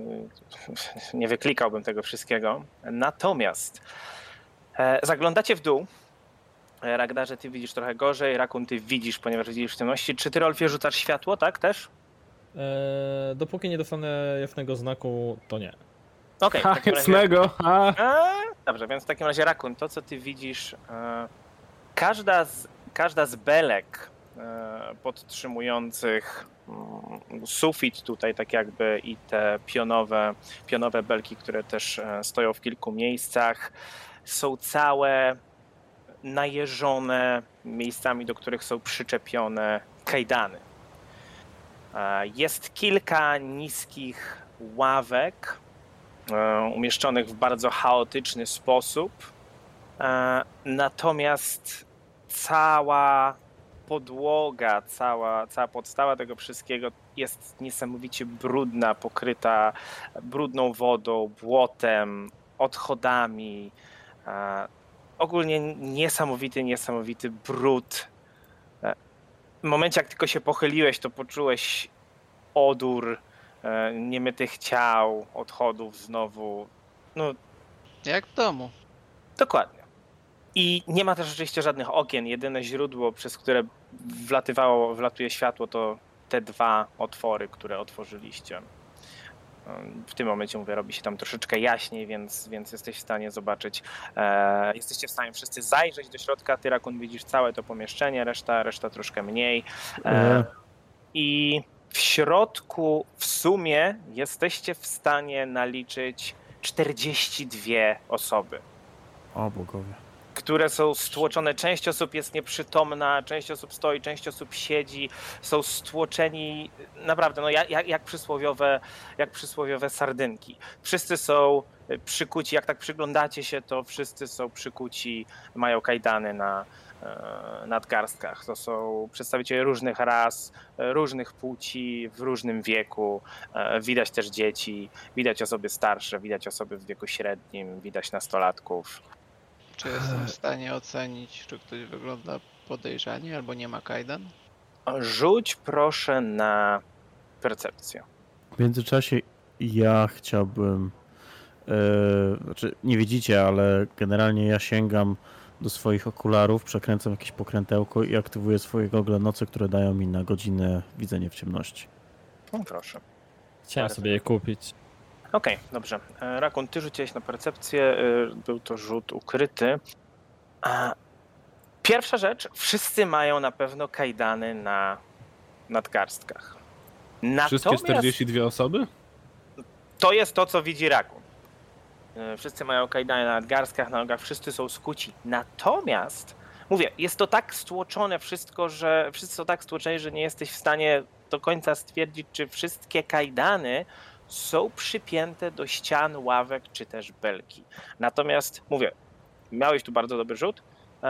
nie wyklikałbym tego wszystkiego. Natomiast zaglądacie w dół. Ragdarze, ty widzisz trochę gorzej, Rakun, ty widzisz, ponieważ widzisz w ciemności. Czy ty, Rolfie, rzucasz światło, tak też? Dopóki nie dostanę jasnego znaku, to nie. Okej, w takim razie... Jasnego! Dobrze, więc w takim razie Rakun, to co ty widzisz, każda z belek podtrzymujących sufit tutaj tak jakby i te pionowe belki, które też stoją w kilku miejscach, są całe najeżone miejscami, do których są przyczepione kajdany. Jest kilka niskich ławek umieszczonych w bardzo chaotyczny sposób. Natomiast cała podłoga, cała podstawa tego wszystkiego jest niesamowicie brudna, pokryta brudną wodą, błotem, odchodami. Ogólnie niesamowity brud. W momencie, jak tylko się pochyliłeś, to poczułeś odór niemytych ciał, odchodów znowu. No, Jak w domu. dokładnie. I nie ma też oczywiście żadnych okien. Jedyne źródło, przez które wlatuje światło, to te 2 otwory, które otworzyliście. W tym momencie, mówię, robi się tam troszeczkę jaśniej, więc jesteś w stanie zobaczyć. Jesteście w stanie wszyscy zajrzeć do środka. Ty, Rakun, widzisz całe to pomieszczenie, reszta troszkę mniej. I w środku w sumie jesteście w stanie naliczyć 42 osoby. O bogowie. Które są stłoczone. Część osób jest nieprzytomna, część osób stoi, część osób siedzi. Są stłoczeni naprawdę, no jak przysłowiowe sardynki. Wszyscy są przykuci, jak tak przyglądacie się, to wszyscy są przykuci, mają kajdany na nadgarstkach. To są przedstawiciele różnych ras, różnych płci, w różnym wieku. Widać też dzieci, widać osoby starsze, widać osoby w wieku średnim, widać nastolatków. Czy jestem w stanie ocenić, czy ktoś wygląda podejrzanie albo nie ma kajdan? Rzuć proszę na percepcję. W międzyczasie ja chciałbym, znaczy nie widzicie, ale generalnie ja sięgam do swoich okularów, przekręcam jakieś pokrętełko i aktywuję swoje gogle nocy, które dają mi na godzinę widzenie w ciemności. No proszę. Chciałem sobie je kupić. Okej, dobrze. Rakun, ty rzuciłeś na percepcję, był to rzut ukryty. Pierwsza rzecz, wszyscy mają na pewno kajdany na nadgarstkach. Wszystkie 42 osoby? To jest to, co widzi Rakun. Wszyscy mają kajdany na nadgarstkach, na nogach, wszyscy są skuci. Natomiast, mówię, jest to tak stłoczone wszystko, że wszyscy są tak stłoczeni, że nie jesteś w stanie do końca stwierdzić, czy wszystkie kajdany są przypięte do ścian, ławek czy też belki. Natomiast, mówię, miałeś tu bardzo dobry rzut.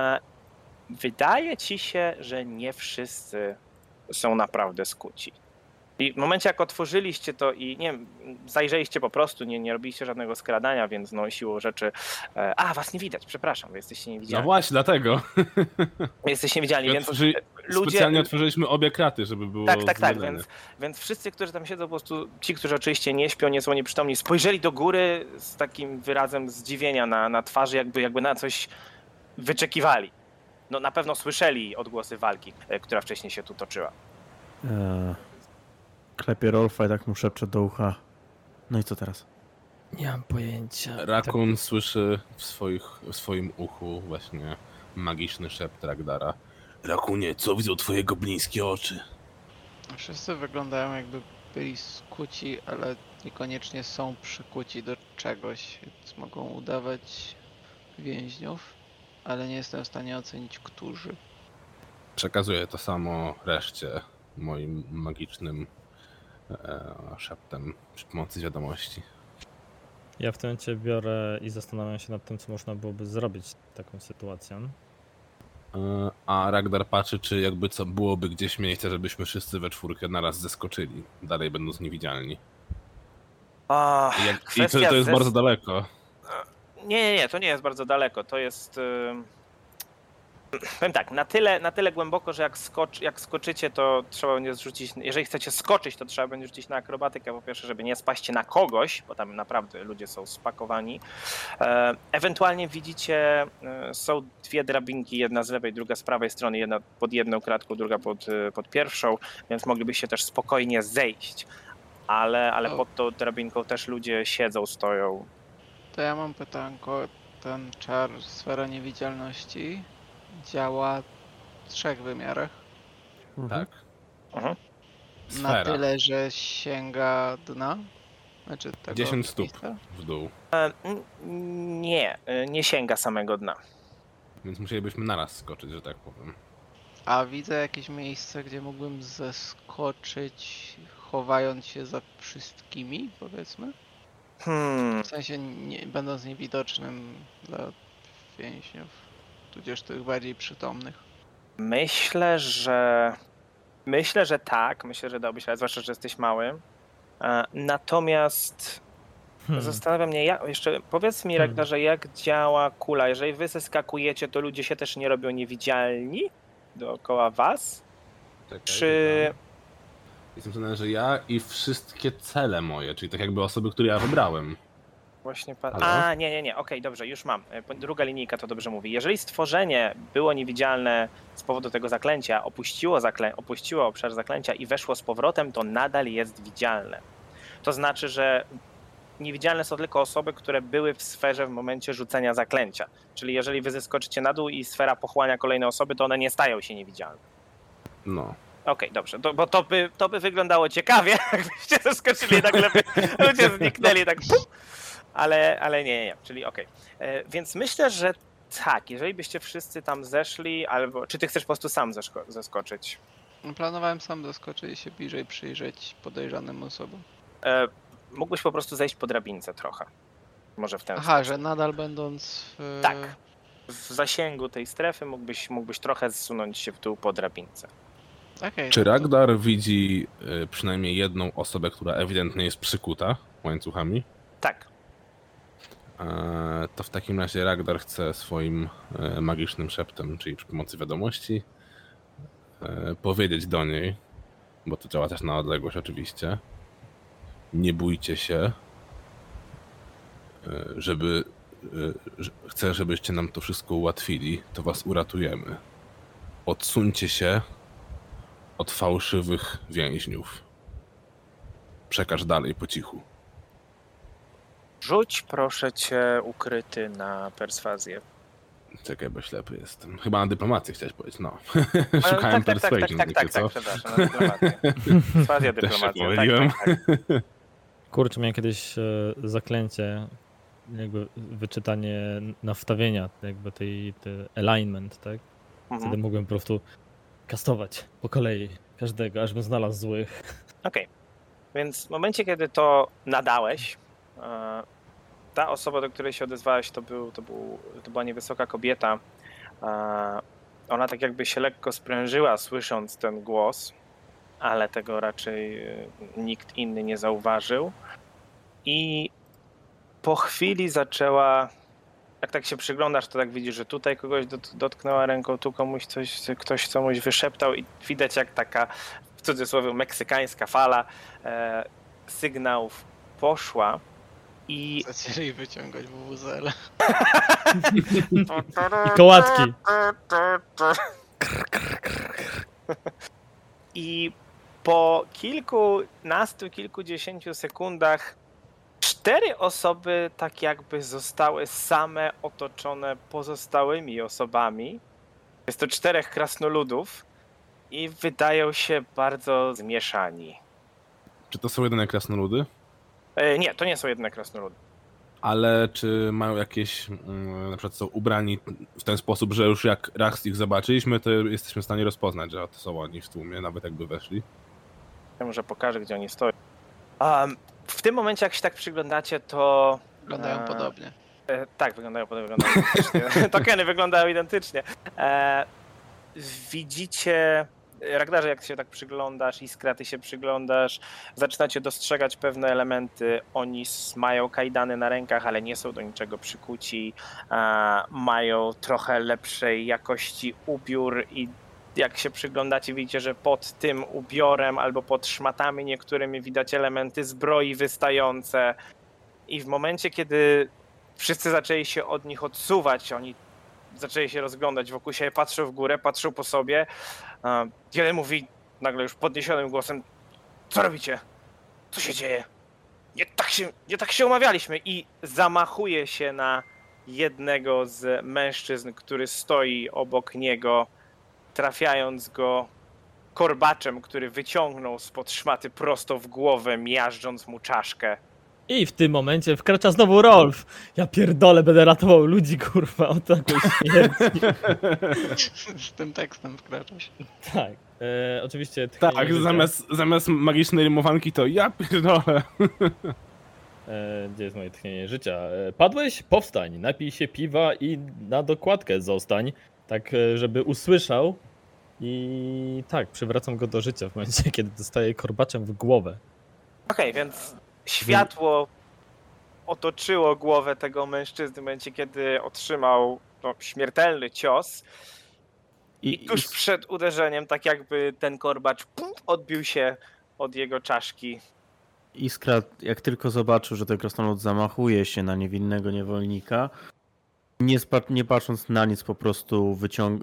Wydaje ci się, że nie wszyscy są naprawdę skuci. I w momencie, jak otworzyliście to i nie wiem, zajrzeliście po prostu, nie robiliście żadnego skradania, więc no siłą rzeczy... was nie widać, przepraszam, wy jesteście No niewidzialni. właśnie, dlatego. Jesteście niewidzialni, więc ludzie... Specjalnie otworzyliśmy obie kraty, żeby było Tak, więc wszyscy, którzy tam siedzą, po prostu ci, którzy oczywiście nie śpią, nie są nieprzytomni, spojrzeli do góry z takim wyrazem zdziwienia na twarzy, jakby na coś wyczekiwali. No na pewno słyszeli odgłosy walki, która wcześniej się tu toczyła. Klepie Rolfa i tak mu szepcze do ucha. No i co teraz? Nie mam pojęcia. Rakun słyszy w swoim uchu właśnie magiczny szept Ragdara. Rakunie, co widzą twoje goblińskie oczy? Wszyscy wyglądają jakby byli skuci, ale niekoniecznie są przykuci do czegoś, więc mogą udawać więźniów, ale nie jestem w stanie ocenić, którzy. Przekazuję to samo reszcie moim magicznym szeptem przy pomocy wiadomości. Ja w tym momencie biorę i zastanawiam się nad tym, co można byłoby zrobić z taką sytuacją. A Ragdar patrzy, czy jakby co byłoby gdzieś miejsce, żebyśmy wszyscy we czwórkę naraz zeskoczyli, dalej będąc niewidzialni. I to jest bardzo daleko. Nie, to nie jest bardzo daleko. To jest... Powiem tak, na tyle głęboko, że jak skoczycie, to trzeba będzie zrzucić... Jeżeli chcecie skoczyć, to trzeba będzie rzucić na akrobatykę, po pierwsze, żeby nie spaść na kogoś, bo tam naprawdę ludzie są spakowani. Ewentualnie widzicie, są 2 drabinki, jedna z lewej, druga z prawej strony, jedna pod jedną kratką, druga pod pierwszą, więc moglibyście też spokojnie zejść. Ale pod tą drabinką też ludzie siedzą, stoją. To ja mam pytanko. Ten czar Sfera Niewidzialności działa w 3 wymiarach. Tak. Mhm. Sfera. Na tyle, że sięga dna? Znaczy tego 10 stóp miejsca? w dół. Nie sięga samego dna. Więc musielibyśmy naraz skoczyć, że tak powiem. A widzę jakieś miejsce, gdzie mógłbym zeskoczyć, chowając się za wszystkimi, powiedzmy? W sensie będąc niewidocznym dla więźniów, tudzież tych bardziej przytomnych. Myślę, że tak. Myślę, że dałbyś radę, zwłaszcza, że jesteś mały. Natomiast zastanawia mnie, jeszcze powiedz mi, Ragdarze, jak działa kula. Jeżeli wy zeskakujecie, to ludzie się też nie robią niewidzialni dookoła was? Czekaj, Czy... Jestem przekonany, że ja i wszystkie cele moje, czyli tak jakby osoby, które ja wybrałem. Właśnie Halo? nie, okej, dobrze, już mam. Druga linijka to dobrze mówi. Jeżeli stworzenie było niewidzialne z powodu tego zaklęcia, opuściło obszar zaklęcia i weszło z powrotem, to nadal jest widzialne. To znaczy, że niewidzialne są tylko osoby, które były w sferze w momencie rzucenia zaklęcia. Czyli jeżeli wy zeskoczycie na dół i sfera pochłania kolejne osoby, to one nie stają się niewidzialne. No. Okej, dobrze, bo to by wyglądało ciekawie, jakbyście zeskoczyli i nagle ludzie zniknęli tak pum. Ale nie, czyli okej. Więc myślę, że tak, jeżeli byście wszyscy tam zeszli, albo czy ty chcesz po prostu sam zeskoczyć? Planowałem sam zaskoczyć i się bliżej przyjrzeć podejrzanym osobom. Mógłbyś po prostu zejść po drabince trochę. Może w ten Aha, sposób. że nadal będąc w... Tak. W zasięgu tej strefy mógłbyś trochę zsunąć się w dół po drabince. Okej, Czy no to- Ragnar widzi przynajmniej jedną osobę, która ewidentnie jest przykuta łańcuchami? Tak. To w takim razie Ragnar chce swoim magicznym szeptem, czyli przy pomocy wiadomości, powiedzieć do niej, bo to działa też na odległość oczywiście, nie bójcie się, chcę, żebyście nam to wszystko ułatwili, to was uratujemy. Odsuńcie się od fałszywych więźniów. Przekaż dalej po cichu. Rzuć proszę cię ukryty na perswazję. Czekaj, bo ślepy jestem. Chyba na dyplomację chciałeś powiedzieć, no. Ale Szukałem tak, persuasion, wiecie co? przepraszam, na dyplomację. Perswazja, Też się dyplomacja, pomyliłem. tak. Kurczę, miałem kiedyś zaklęcie, jakby wyczytanie nastawienia, jakby tej alignment, tak? Wtedy Mhm. mogłem po prostu kastować po kolei każdego, aż bym znalazł złych. Okej. Więc w momencie, kiedy to nadałeś, ta osoba, do której się odezwałeś, to była niewysoka kobieta. Ona tak jakby się lekko sprężyła, słysząc ten głos, ale tego raczej nikt inny nie zauważył. I po chwili zaczęła, jak tak się przyglądasz, to tak widzisz, że tutaj kogoś dotknęła ręką, tu ktoś komuś wyszeptał i widać jak taka, w cudzysłowie, meksykańska fala sygnałów poszła i Zaczęli wyciągać WWZL. I kołatki. I po kilkudziesięciu sekundach 4 osoby tak jakby zostały same otoczone pozostałymi osobami. Jest to 4 krasnoludów i wydają się bardzo zmieszani. Czy to są jedyne krasnoludy? Nie, to nie są jedyne krasnoludy. Ale czy mają jakieś, na przykład są ubrani w ten sposób, że już jak raz ich zobaczyliśmy, to jesteśmy w stanie rozpoznać, że to są oni w tłumie, nawet jakby weszli? Ja może pokażę, gdzie oni stoją. W tym momencie, jak się tak przyglądacie, to... Wyglądają podobnie. Tak, wyglądają identycznie. Tokeny wyglądają identycznie. Widzicie, Ragdarze, jak się tak przyglądasz, Iskra, ty się przyglądasz, zaczynacie dostrzegać pewne elementy. Oni mają kajdany na rękach, ale nie są do niczego przykuci. Mają trochę lepszej jakości ubiór i jak się przyglądacie, widzicie, że pod tym ubiorem albo pod szmatami niektórymi widać elementy zbroi wystające. I w momencie, kiedy wszyscy zaczęli się od nich odsuwać, oni zaczęli się rozglądać wokół siebie, patrzą w górę, patrzą po sobie. Jeden mówi nagle już podniesionym głosem: co robicie? Co się dzieje? Nie tak się umawialiśmy. I zamachuje się na jednego z mężczyzn, który stoi obok niego, trafiając go korbaczem, który wyciągnął spod szmaty prosto w głowę, miażdżąc mu czaszkę. I w tym momencie wkracza znowu Rolf. Ja pierdolę, będę ratował ludzi, kurwa, od takiej śmierci. Z tym tekstem wkraczasz. Tak. Oczywiście... Tak, tchnienie życia. zamiast magicznej rymowanki to ja pierdolę. Gdzie jest moje tchnienie życia? Padłeś? Powstań, napij się piwa i na dokładkę zostań. Tak, żeby usłyszał I tak, przywracam go do życia w momencie, kiedy dostaje korbaczem w głowę. Okej, więc światło otoczyło głowę tego mężczyzny w momencie, kiedy otrzymał śmiertelny cios. I tuż przed uderzeniem, tak jakby ten korbacz odbił się od jego czaszki. Iskra, jak tylko zobaczył, że ten krasnolud zamachuje się na niewinnego niewolnika, nie patrząc na nic, po prostu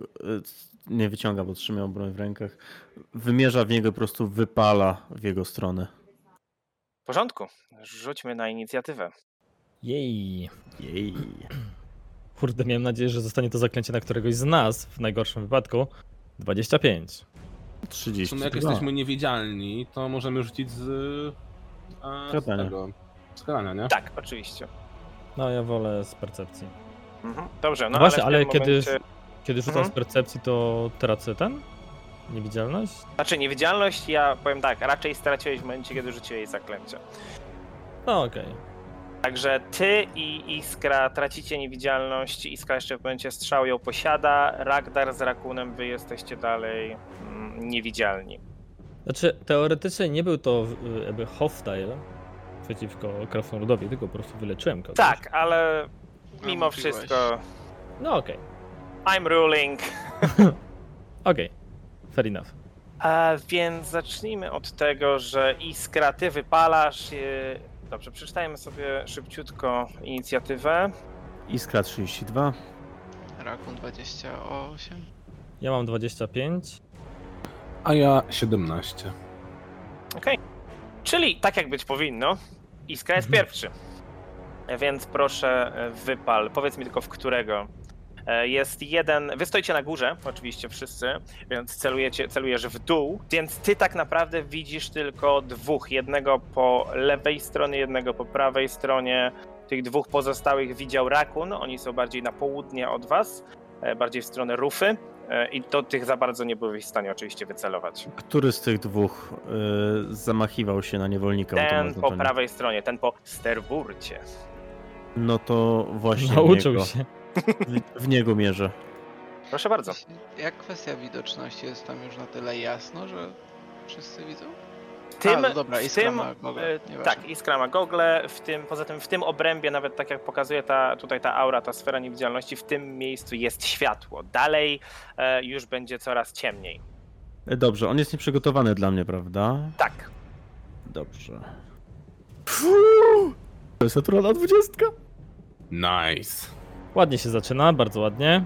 nie wyciąga, bo trzyma broń w rękach, wymierza w niego, po prostu wypala w jego stronę. W porządku, rzućmy na inicjatywę. Jej. Jej. Kurde, miałem nadzieję, że zostanie to zaklęcie na któregoś z nas, w najgorszym wypadku. 25. W 30. sumie jak jesteśmy niewidzialni, to możemy rzucić z Skradania. tego skradania, nie? Tak, oczywiście. No, ja wolę z percepcji. Dobrze, no No właśnie, ale ale w tym momencie... kiedy rzucam z percepcji, to tracę niewidzialność? Znaczy niewidzialność, ja powiem tak, raczej straciłeś w momencie, kiedy rzuciłeś zaklęcie. No okej. Także ty i Iskra tracicie niewidzialność. Iskra jeszcze w momencie strzału ją posiada. Ragdar z Rakunem, wy jesteście dalej niewidzialni. Znaczy, teoretycznie nie był to jakby hostile przeciwko krasnoludowi, tylko po prostu wyleczyłem kogoś. Tak, ale mimo mówiłeś. wszystko No okej. I'm ruling. Okej. Fair enough. Więc zacznijmy od tego, że Iskra, ty wypalasz. Dobrze, przeczytajmy sobie szybciutko inicjatywę. Iskra 32. Rakun 28. Ja mam 25. A ja 17. Czyli tak jak być powinno, Iskra jest pierwszy. Więc proszę wypal. Powiedz mi tylko w którego. Jest jeden, wy stoicie na górze, oczywiście wszyscy, więc celujesz w dół, więc ty tak naprawdę widzisz tylko dwóch, jednego po lewej stronie, jednego po prawej stronie. Tych dwóch pozostałych widział Rakun, oni są bardziej na południe od was, bardziej w stronę Rufy i do tych za bardzo nie byłeś w stanie oczywiście wycelować. Który z tych dwóch zamachiwał się na niewolnika? bo to ma Ten po znaczenie. prawej stronie, ten po sterburcie. No to właśnie Nauczył w niego, się. w niego mierzę. Proszę bardzo. Jak kwestia widoczności jest tam już na tyle jasno, że wszyscy widzą? Tym, no dobra, w Iskra tym, ma gogle, nieważne. tak, Iskra ma gogle, poza tym w tym obrębie, nawet tak jak pokazuje tutaj ta aura, ta sfera niewidzialności, w tym miejscu jest światło. Dalej już będzie coraz ciemniej. Dobrze, on jest nieprzygotowany dla mnie, prawda? Tak. Dobrze. To jest naturalna 20. Nice. Ładnie się zaczyna, bardzo ładnie.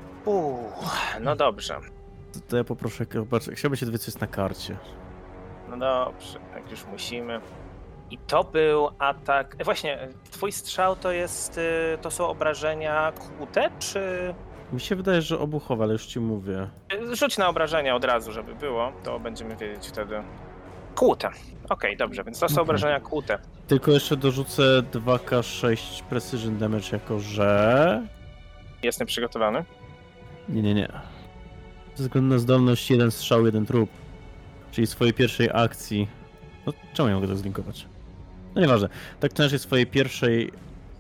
No dobrze. To ja poproszę, chciałbym się dowiedzieć, co jest na karcie. No dobrze, jak już musimy. I to był atak. Właśnie, twój strzał to są obrażenia kłute, czy. Mi się wydaje, że obuchowe, ale już ci mówię. Rzuć na obrażenia od razu, żeby było, to będziemy wiedzieć wtedy. Kłute. Okej, dobrze, więc to są obrażenia kłute. Tylko jeszcze dorzucę 2k6 Precision Damage, jako że... Jestem przygotowany. Nie. Ze względu na zdolność jeden strzał, jeden trup. Czyli swojej pierwszej akcji... No, czemu ja mogę to zlinkować? No nieważne. Tak czy inaczej swojej pierwszej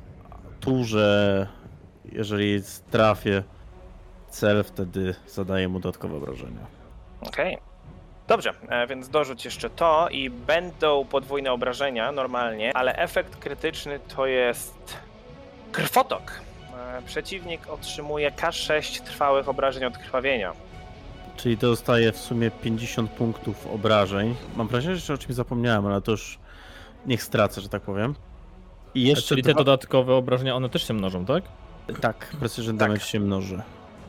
turze, jeżeli trafię cel, wtedy zadaję mu dodatkowe obrażenia. Okej. Dobrze, więc dorzuć jeszcze to i będą podwójne obrażenia normalnie, ale efekt krytyczny to jest krwotok. Przeciwnik otrzymuje K6 trwałych obrażeń od krwawienia. Czyli dostaję w sumie 50 punktów obrażeń. Mam wrażenie, że o czymś zapomniałem, ale to już niech stracę, że tak powiem. I jeszcze Czyli te dodatkowe obrażenia, one też się mnożą, tak? Tak, Precision Damage się mnoży.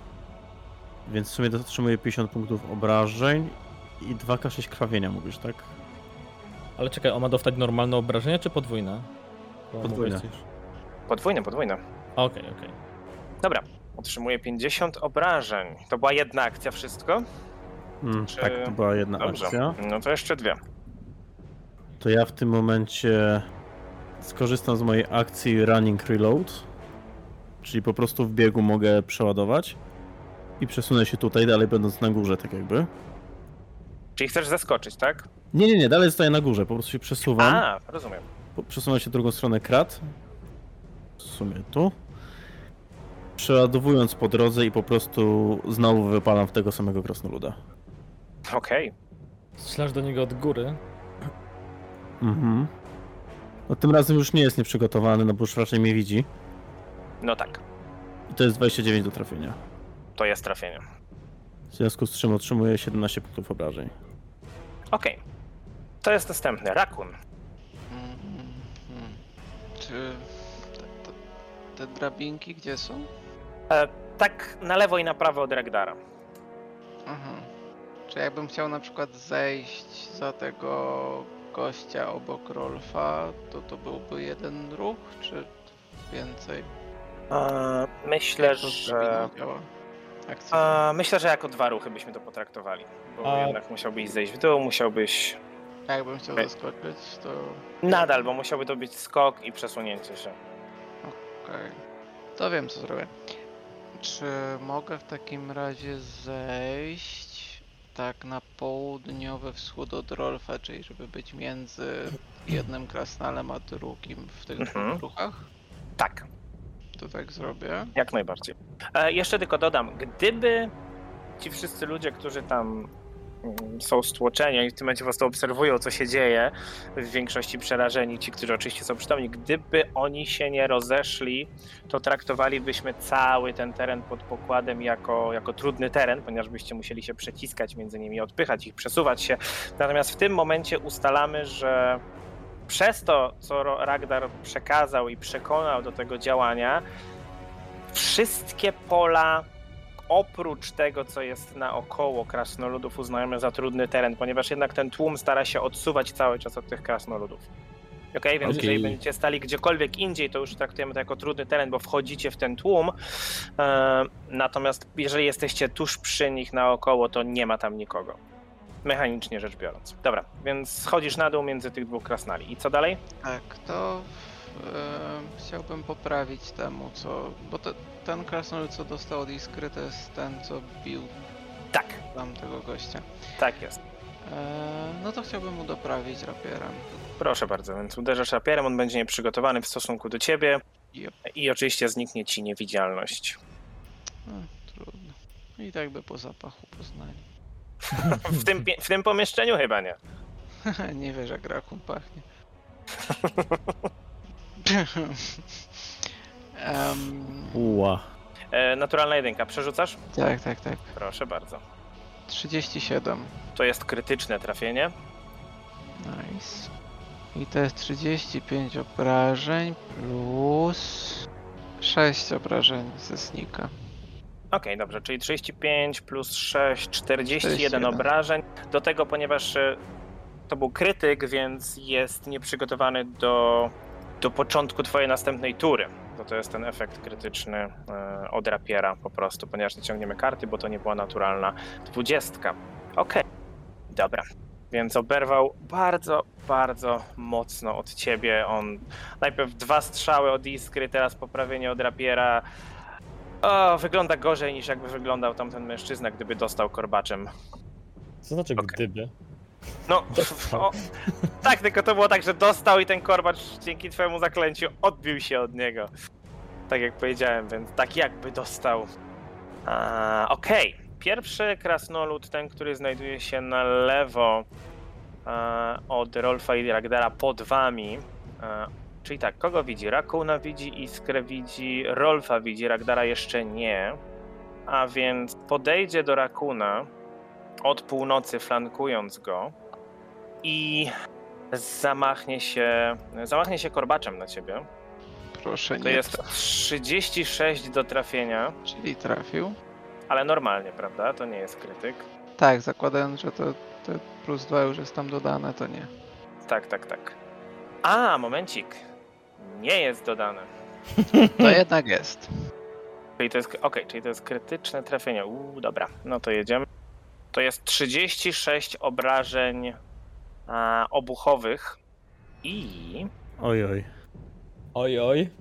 Więc w sumie otrzymuję 50 punktów obrażeń i 2k6 krwawienia, mówisz, tak? Ale czekaj, on ma dostać normalne obrażenia, czy podwójne? Bo Podwójne. mówiłeś już- Podwójne. Okej. Dobra, otrzymuje 50 obrażeń. To była jedna akcja, wszystko? Czy- Tak, to była jedna Dobrze, akcja. no to jeszcze dwie. To ja w tym momencie skorzystam z mojej akcji Running Reload. Czyli po prostu w biegu mogę przeładować. I przesunę się tutaj, dalej będąc na górze, tak jakby. Czyli chcesz zaskoczyć, tak? Nie, dalej zostaję na górze, po prostu się przesuwam. Rozumiem. Przesunę się w drugą stronę krat. W sumie tu. Przeładowując po drodze i po prostu znowu wypalam w tego samego krasnoluda. Okej. Strzelasz do niego od góry. Mhm. No tym razem już nie jest nieprzygotowany, no bo już raczej mnie widzi. No tak, I to jest 29 do trafienia. to jest trafienie. W związku z czym otrzymuję 17 punktów obrażeń. Okej. To jest następny. Rakun. Czy te drabinki gdzie są? Tak na lewo i na prawo od Ragdara. Mhm. Czy jakbym chciał na przykład zejść za tego gościa obok Rolfa, to byłby jeden ruch, czy więcej? Myślę, Jak to że... drabina działa? Akcja. Myślę, że jako 2 ruchy byśmy to potraktowali. Bo A- jednak musiałbyś zejść w dół, musiałbyś... Jakbym chciał Okej. zaskoczyć, to... Nadal, bo musiałby to być skok i przesunięcie się. Okej. To wiem, co zrobię. Czy mogę w takim razie zejść tak na południowy wschód od Rolfa, czyli żeby być między jednym krasnalem a drugim w tych Mhm. dwóch ruchach? Tak, To tak zrobię. jak najbardziej. Jeszcze tylko dodam, gdyby ci wszyscy ludzie, którzy tam są stłoczeni i w tym momencie po prostu obserwują, co się dzieje, w większości przerażeni, ci, którzy oczywiście są przytomni, gdyby oni się nie rozeszli, to traktowalibyśmy cały ten teren pod pokładem jako trudny teren, ponieważ byście musieli się przeciskać między nimi, odpychać ich, przesuwać się. Natomiast w tym momencie ustalamy, że przez to, co Ragdar przekazał i przekonał do tego działania, wszystkie pola oprócz tego, co jest naokoło krasnoludów, uznajemy za trudny teren, ponieważ jednak ten tłum stara się odsuwać cały czas od tych krasnoludów. Okej, więc Okej. jeżeli będziecie stali gdziekolwiek indziej, to już traktujemy to jako trudny teren, bo wchodzicie w ten tłum. Natomiast jeżeli jesteście tuż przy nich naokoło, to nie ma tam nikogo. Mechanicznie rzecz biorąc. Dobra, więc schodzisz na dół między tych dwóch krasnali. I co dalej? Tak, to chciałbym poprawić temu, co... Bo ten krasnolud, co dostał od Iskry, to jest ten, co bił Tak, tamtego gościa. tak jest. No to chciałbym mu doprawić rapierem. Proszę bardzo, więc uderzasz rapierem, on będzie nieprzygotowany w stosunku do ciebie Yep. i oczywiście zniknie ci niewidzialność. Trudno. I tak by po zapachu poznali. W tym pomieszczeniu chyba nie. Nie wiesz, jak rakun pachnie. Uła. Naturalna jedynka, przerzucasz? Tak. Proszę bardzo. 37. To jest krytyczne trafienie. Nice. I to jest 35 obrażeń plus 6 obrażeń ze snika. Okej, dobrze, czyli 35 plus 6, 41 41. obrażeń. Do tego, ponieważ to był krytyk, więc jest nieprzygotowany do początku twojej następnej tury. To jest ten efekt krytyczny od rapiera po prostu, ponieważ nie ciągniemy karty, bo to nie była naturalna 20. Okej, dobra. Więc oberwał bardzo, bardzo mocno od ciebie. On najpierw 2 strzały od Iskry, teraz poprawienie od rapiera. O, wygląda gorzej niż jakby wyglądał tamten mężczyzna, gdyby dostał korbaczem. Co znaczy Okej. gdyby? No, tak, tylko to było tak, że dostał i ten korbacz dzięki twojemu zaklęciu odbił się od niego. Tak jak powiedziałem, więc tak jakby dostał. Okej. Pierwszy krasnolud, ten, który znajduje się na lewo od Rolfa i Ragdara pod wami. Czyli tak, kogo widzi? Rakuna widzi, Iskrę widzi, Rolfa widzi, Ragdara jeszcze nie. A więc podejdzie do Rakuna od północy, flankując go i zamachnie się korbaczem na ciebie. Proszę To nie. jest 36 do trafienia, Czyli trafił. ale normalnie, prawda? To nie jest krytyk. Tak, zakładając, że to plus 2 już jest tam dodane, to nie. Tak. Momencik. Nie jest dodane. To jednak jest. Czyli to jest, czyli to jest krytyczne trafienie. Dobra, no to jedziemy. To jest 36 obrażeń obuchowych i... Ojoj. Oj.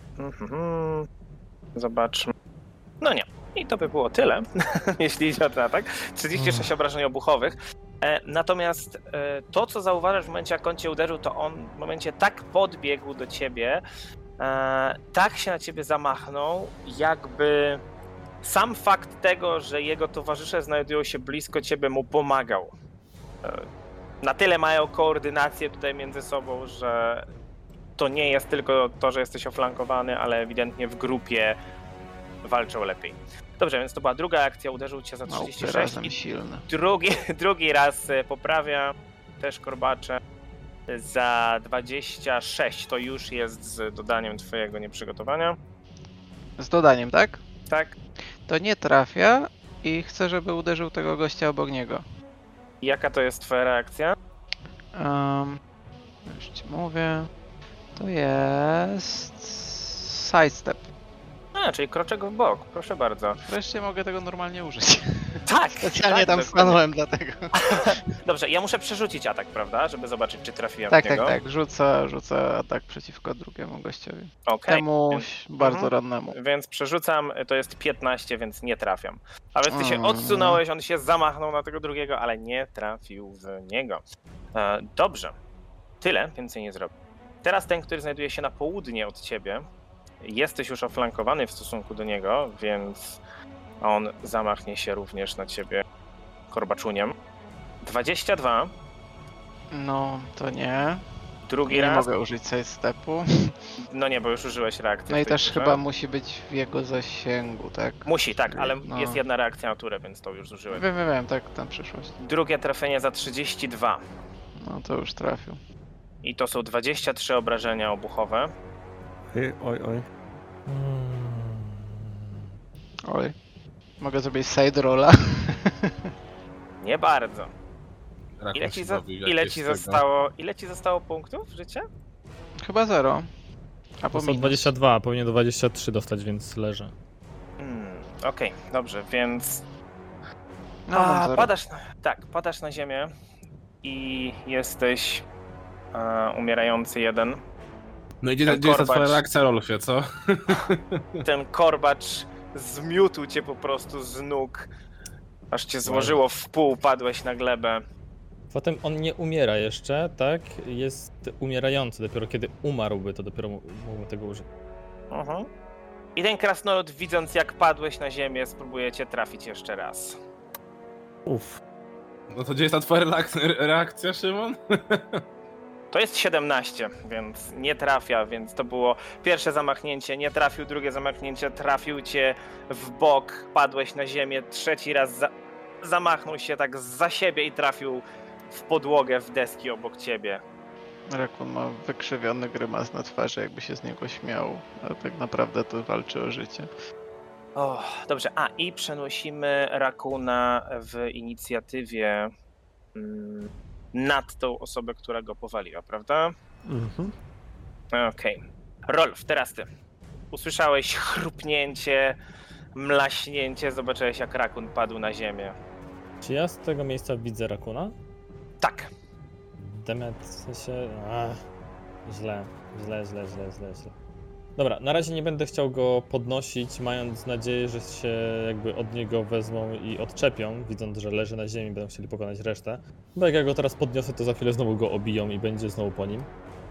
Zobaczmy. No nie. I to by było tyle, jeśli idzie o ten atak. 36 obrażeń obuchowych. Natomiast to, co zauważasz w momencie, jak on cię uderzył, to on w momencie tak podbiegł do ciebie, tak się na ciebie zamachnął, jakby sam fakt tego, że jego towarzysze znajdują się blisko ciebie, mu pomagał. Na tyle mają koordynację tutaj między sobą, że to nie jest tylko to, że jesteś oflankowany, ale ewidentnie w grupie walczą lepiej. Dobrze, więc to była druga akcja, uderzył cię za Małpy 36 razem i silne. drugi raz poprawia, też korbacze, za 26, to już jest z dodaniem twojego nieprzygotowania, Z dodaniem, tak? tak? To nie trafia i chcę, żeby uderzył tego gościa obok niego. Jaka to jest twoja reakcja? Już ci mówię. To jest... sidestep. Czyli kroczek w bok, proszę bardzo. Wreszcie mogę tego normalnie użyć. Tak! Specjalnie tak, tam dokładnie. stanąłem dlatego. Dobrze, ja muszę przerzucić atak, prawda? Żeby zobaczyć, czy trafiłem Tak, w niego. tak. Rzucę atak przeciwko drugiemu gościowi. Okej. Temu więc- bardzo Mhm. rannemu. Więc przerzucam, to jest 15, więc nie trafiam. A więc ty się Mm. odsunąłeś, on się zamachnął na tego drugiego, ale nie trafił w niego. Dobrze. Tyle, więcej nie zrobię. Teraz ten, który znajduje się na południe od ciebie, jesteś już oflankowany w stosunku do niego, więc on zamachnie się również na ciebie korbaczuniem. 22, No, to nie. drugi Nie raz. mogę użyć sidestepu. No nie, bo już użyłeś reakcji. No i w tej też turze. chyba musi być w jego zasięgu, tak? Musi, tak, ale No. jest jedna reakcja na turę, więc to już zużyłem. Wiem, tak, tam przyszłość. Drugie trafienie za 32. No to już trafił. I to są 23 obrażenia obuchowe. Oj. Oj. Mogę zrobić side rolla. Nie bardzo. Rakun Ile ci, się za, bawi w ile jakieś ci tego. zostało, ile ci zostało punktów życia? Chyba 0. Albo To są minus. 22, powinien do 23 dostać, więc leży. Okej, dobrze, więc No, mam 0. padasz na ziemię i jesteś umierający jeden. No i gdzie ten gdzie jest ta twoja korbacz. reakcja, Rolfie, co? Ten korbacz zmiótł cię po prostu z nóg, aż cię złożyło w pół, padłeś na glebę. Potem on nie umiera jeszcze, tak? Jest umierający. Dopiero kiedy umarłby, to dopiero mógłby tego użyć. Mhm. I ten krasnolud, widząc jak padłeś na ziemię, spróbuje cię trafić jeszcze raz. Uff. No to gdzie jest ta twoja reakcja, Szymon? To jest 17, więc nie trafia, więc to było pierwsze zamachnięcie, nie trafił, drugie zamachnięcie, trafił cię w bok, padłeś na ziemię, trzeci raz zamachnął się tak za siebie i trafił w podłogę, w deski obok ciebie. Rakun ma wykrzywiony grymas na twarzy, jakby się z niego śmiał, a tak naprawdę to walczy o życie. O, dobrze, i przenosimy Rakuna w inicjatywie nad tą osobę, która go powaliła, prawda? Mhm. Okej. Rolf, teraz ty. Usłyszałeś chrupnięcie, mlaśnięcie, zobaczyłeś jak Rakun padł na ziemię. Czy ja z tego miejsca widzę Rakuna? Tak. Demet, w sensie... Źle. Dobra, na razie nie będę chciał go podnosić, mając nadzieję, że się jakby od niego wezmą i odczepią, widząc, że leży na ziemi, będą chcieli pokonać resztę. Bo jak ja go teraz podniosę, to za chwilę znowu go obiją i będzie znowu po nim.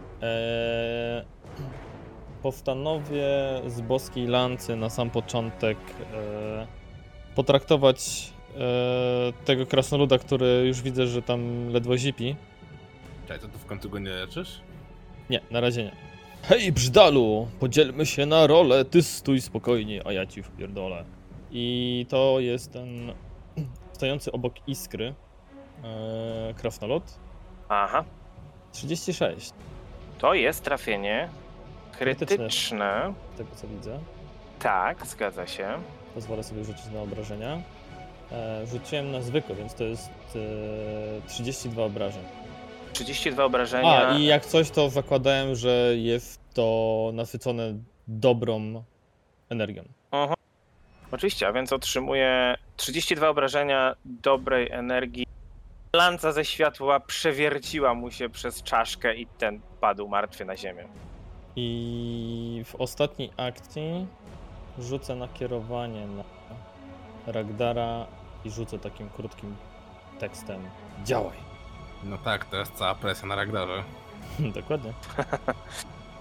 Postanowię z boskiej lancy na sam początek potraktować tego krasnoluda, który już widzę, że tam ledwo zipi. Czekaj, to ty w końcu go nie leczysz? Nie, na razie nie. Hej, Brzdalu! Podzielmy się na rolę, ty stój spokojnie, a ja ci wpierdolę. I to jest ten stojący obok Iskry krasnolud. Aha. 36, To jest trafienie Krytyczne. krytyczne. z tego co widzę. Tak, zgadza się. Pozwolę sobie rzucić na obrażenia. Rzuciłem na zwykłe, więc to jest 32 obrażeń. 32 obrażenia. I jak coś, to zakładałem, że jest to nasycone dobrą energią. Oczywiście, a więc otrzymuje 32 obrażenia dobrej energii. Lanca ze światła przewierciła mu się przez czaszkę i ten padł martwy na ziemię. I w ostatniej akcji rzucę nakierowanie na Ragdara i rzucę takim krótkim tekstem. Działaj! No tak, to jest cała presja na Ragdarze. Dokładnie.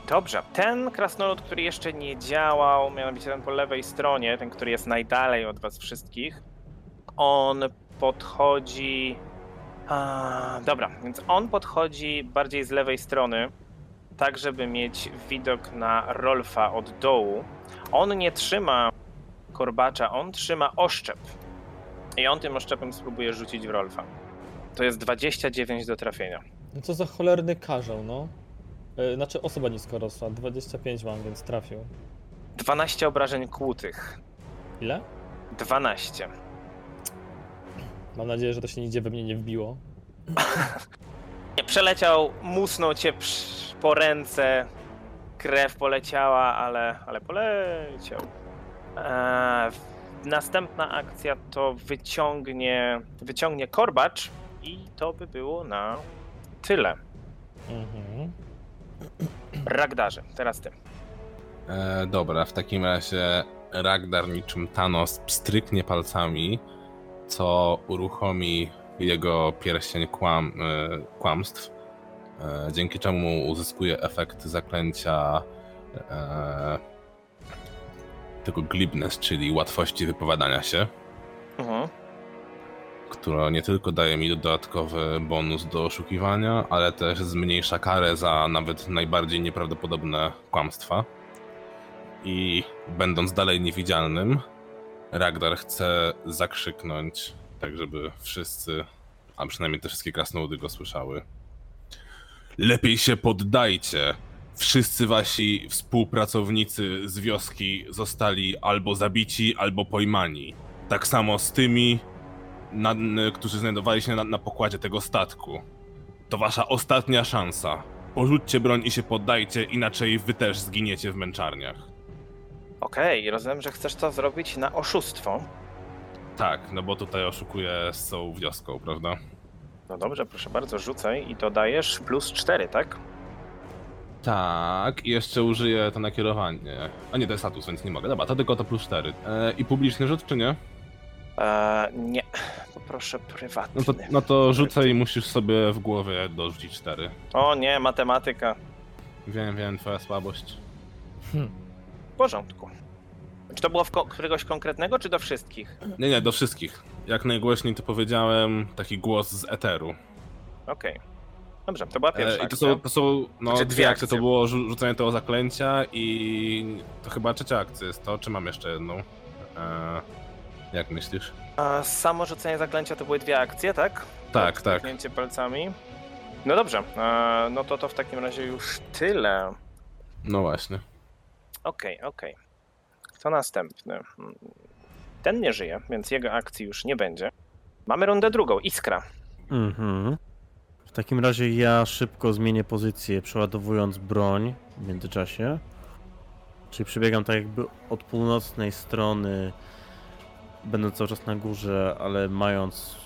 Dobrze, ten krasnolud, który jeszcze nie działał, mianowicie ten po lewej stronie, ten, który jest najdalej od was wszystkich, on podchodzi... dobra, więc on podchodzi bardziej z lewej strony, tak żeby mieć widok na Rolfa od dołu. On nie trzyma korbacza, on trzyma oszczep. I on tym oszczepem spróbuje rzucić w Rolfa. To jest 29 do trafienia. No co za cholerny karzeł, no. Znaczy osoba niskorosła, 25 mam, więc trafił. 12 obrażeń kłutych. Ile? 12. Mam nadzieję, że to się nigdzie we mnie nie wbiło. Nie, przeleciał, musnął cię po ręce, krew poleciała, ale poleciał. Następna akcja to wyciągnie korbacz i to by było na tyle. Mhm. Ragdarze, teraz ty. Dobra, w takim razie Ragnar niczym Thanos pstryknie palcami, co uruchomi jego pierścień kłamstw, dzięki czemu uzyskuje efekt zaklęcia tego glibness, czyli łatwości wypowiadania się, która nie tylko daje mi dodatkowy bonus do oszukiwania, ale też zmniejsza karę za nawet najbardziej nieprawdopodobne kłamstwa. I będąc dalej niewidzialnym, Ragnar chce zakrzyknąć, tak żeby wszyscy, a przynajmniej te wszystkie krasnoludy go słyszały. Lepiej się poddajcie! Wszyscy wasi współpracownicy z wioski zostali albo zabici, albo pojmani. Tak samo z tymi, którzy znajdowali się na pokładzie tego statku. To wasza ostatnia szansa. Porzućcie broń i się poddajcie, inaczej wy też zginiecie w męczarniach. Okej, rozumiem, że chcesz to zrobić na oszustwo. Tak, no bo tutaj oszukuję z całą wioską, prawda? No dobrze, proszę bardzo, rzucaj i dodajesz +4, tak? Tak, i jeszcze użyję to nakierowanie. A nie, to jest status, więc nie mogę. Dobra, to tylko to +4. I publiczny rzut, czy nie? Nie, poproszę prywatny. No to rzucaj i musisz sobie w głowie dorzucić 4. O nie, matematyka. Wiem, twoja słabość. W porządku. Czy to było któregoś konkretnego, czy do wszystkich? Nie, do wszystkich. Jak najgłośniej to powiedziałem, taki głos z eteru. Okej. Dobrze, to była pierwsza I akcja. to są Znaczy dwie akcje, to było rzucenie tego zaklęcia i to chyba trzecia akcja jest to, czy mam jeszcze jedną? Jak myślisz? A samo rzucenie zaklęcia to były 2 akcje, tak? Tak. Kliknięcie palcami. No dobrze, no to w takim razie już tyle. No właśnie. Okej. Kto następny? Ten nie żyje, więc jego akcji już nie będzie. Mamy rundę drugą, Iskra. Mhm. W takim razie ja szybko zmienię pozycję, przeładowując broń w międzyczasie. Czyli przebiegam tak jakby od północnej strony, będąc cały czas na górze, ale mając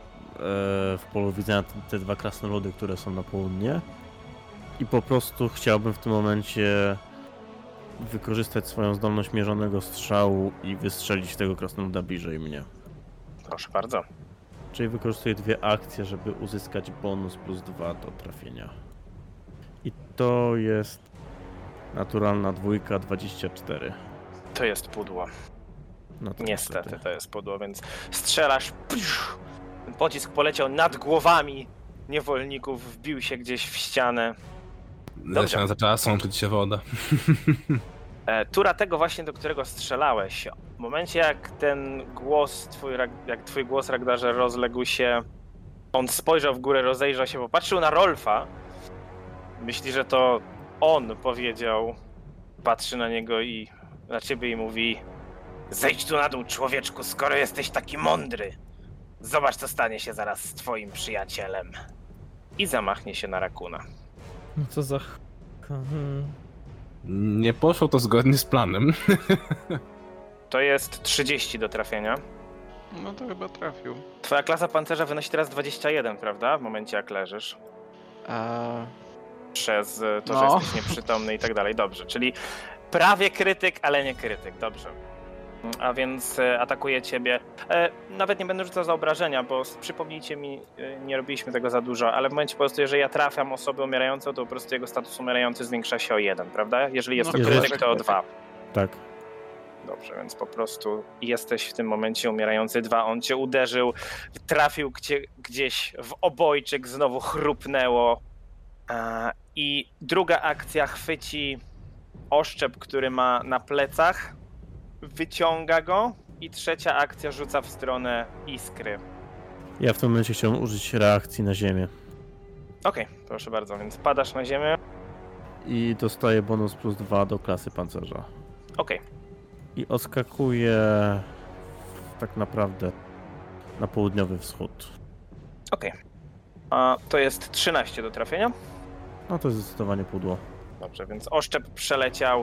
w polu widzenia te 2 krasnoludy, które są na południe. I po prostu chciałbym w tym momencie wykorzystać swoją zdolność mierzonego strzału i wystrzelić tego krasnoluda bliżej mnie. Proszę bardzo. Czyli wykorzystuję 2 akcje, żeby uzyskać bonus +2 do trafienia. I to jest naturalna 2, 24. To jest pudło. No to Niestety to jest pudło, więc strzelasz. Ten pocisk poleciał nad głowami niewolników, wbił się gdzieś w ścianę. Dobrze. Zaczęła sączyć się woda. Tura tego właśnie, do którego strzelałeś. W momencie jak ten głos, jak twój głos, Ragdarze, rozległ się, on spojrzał w górę, rozejrzał się, popatrzył na Rolfa. Myśli, że to on powiedział. Patrzy na niego i na ciebie i mówi: zejdź tu na dół, człowieczku, skoro jesteś taki mądry. Zobacz, co stanie się zaraz z twoim przyjacielem. I zamachnie się na Rakuna. No co za... Nie poszło to zgodnie z planem. To jest 30 do trafienia. No to chyba trafił. Twoja klasa pancerza wynosi teraz 21, prawda? W momencie jak leżysz. Przez to, że No. jesteś nieprzytomny i tak dalej. Dobrze, czyli prawie krytyk, ale nie krytyk. Dobrze. A więc atakuje ciebie. Nawet nie będę rzucał za obrażenia, bo przypomnijcie mi, nie robiliśmy tego za dużo, ale w momencie po prostu, jeżeli ja trafiam osobę umierającą, to po prostu jego status umierający zwiększa się o 1, prawda? Jeżeli jest to krytyk, to o 2. Tak. Dobrze, więc po prostu jesteś w tym momencie umierający 2. On cię uderzył, trafił gdzieś w obojczyk, znowu chrupnęło. I druga akcja chwyci oszczep, który ma na plecach, wyciąga go i trzecia akcja rzuca w stronę iskry. Ja w tym momencie chciałem użyć reakcji na ziemię. Okej, proszę bardzo, więc padasz na ziemię. I dostaję bonus +2 do klasy pancerza. Okej, I odskakuję tak naprawdę na południowy wschód. okej. A to jest 13 do trafienia. No to jest zdecydowanie pudło. Dobrze, więc oszczep przeleciał.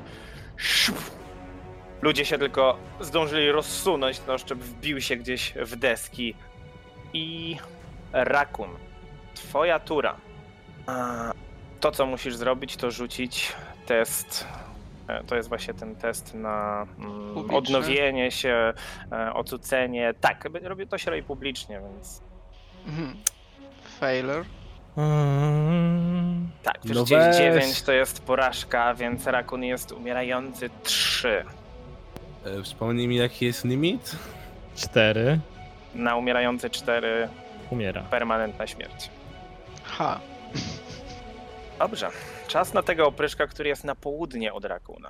Ludzie się tylko zdążyli rozsunąć, ten oszczep wbił się gdzieś w deski. I Rakun, twoja tura. To, co musisz zrobić, to rzucić test. To jest właśnie ten test na odnowienie się, ocucenie. Tak, to się robi publicznie, więc... Failure. Tak, No wyrzuciłeś weź. 9 to jest porażka, więc Rakun jest umierający 3. Przypomnij mi, jaki jest limit? 4. Na umierający 4 Umiera. permanentna śmierć. Ha. Dobrze, czas na tego opryszka, który jest na południe od Rakuna.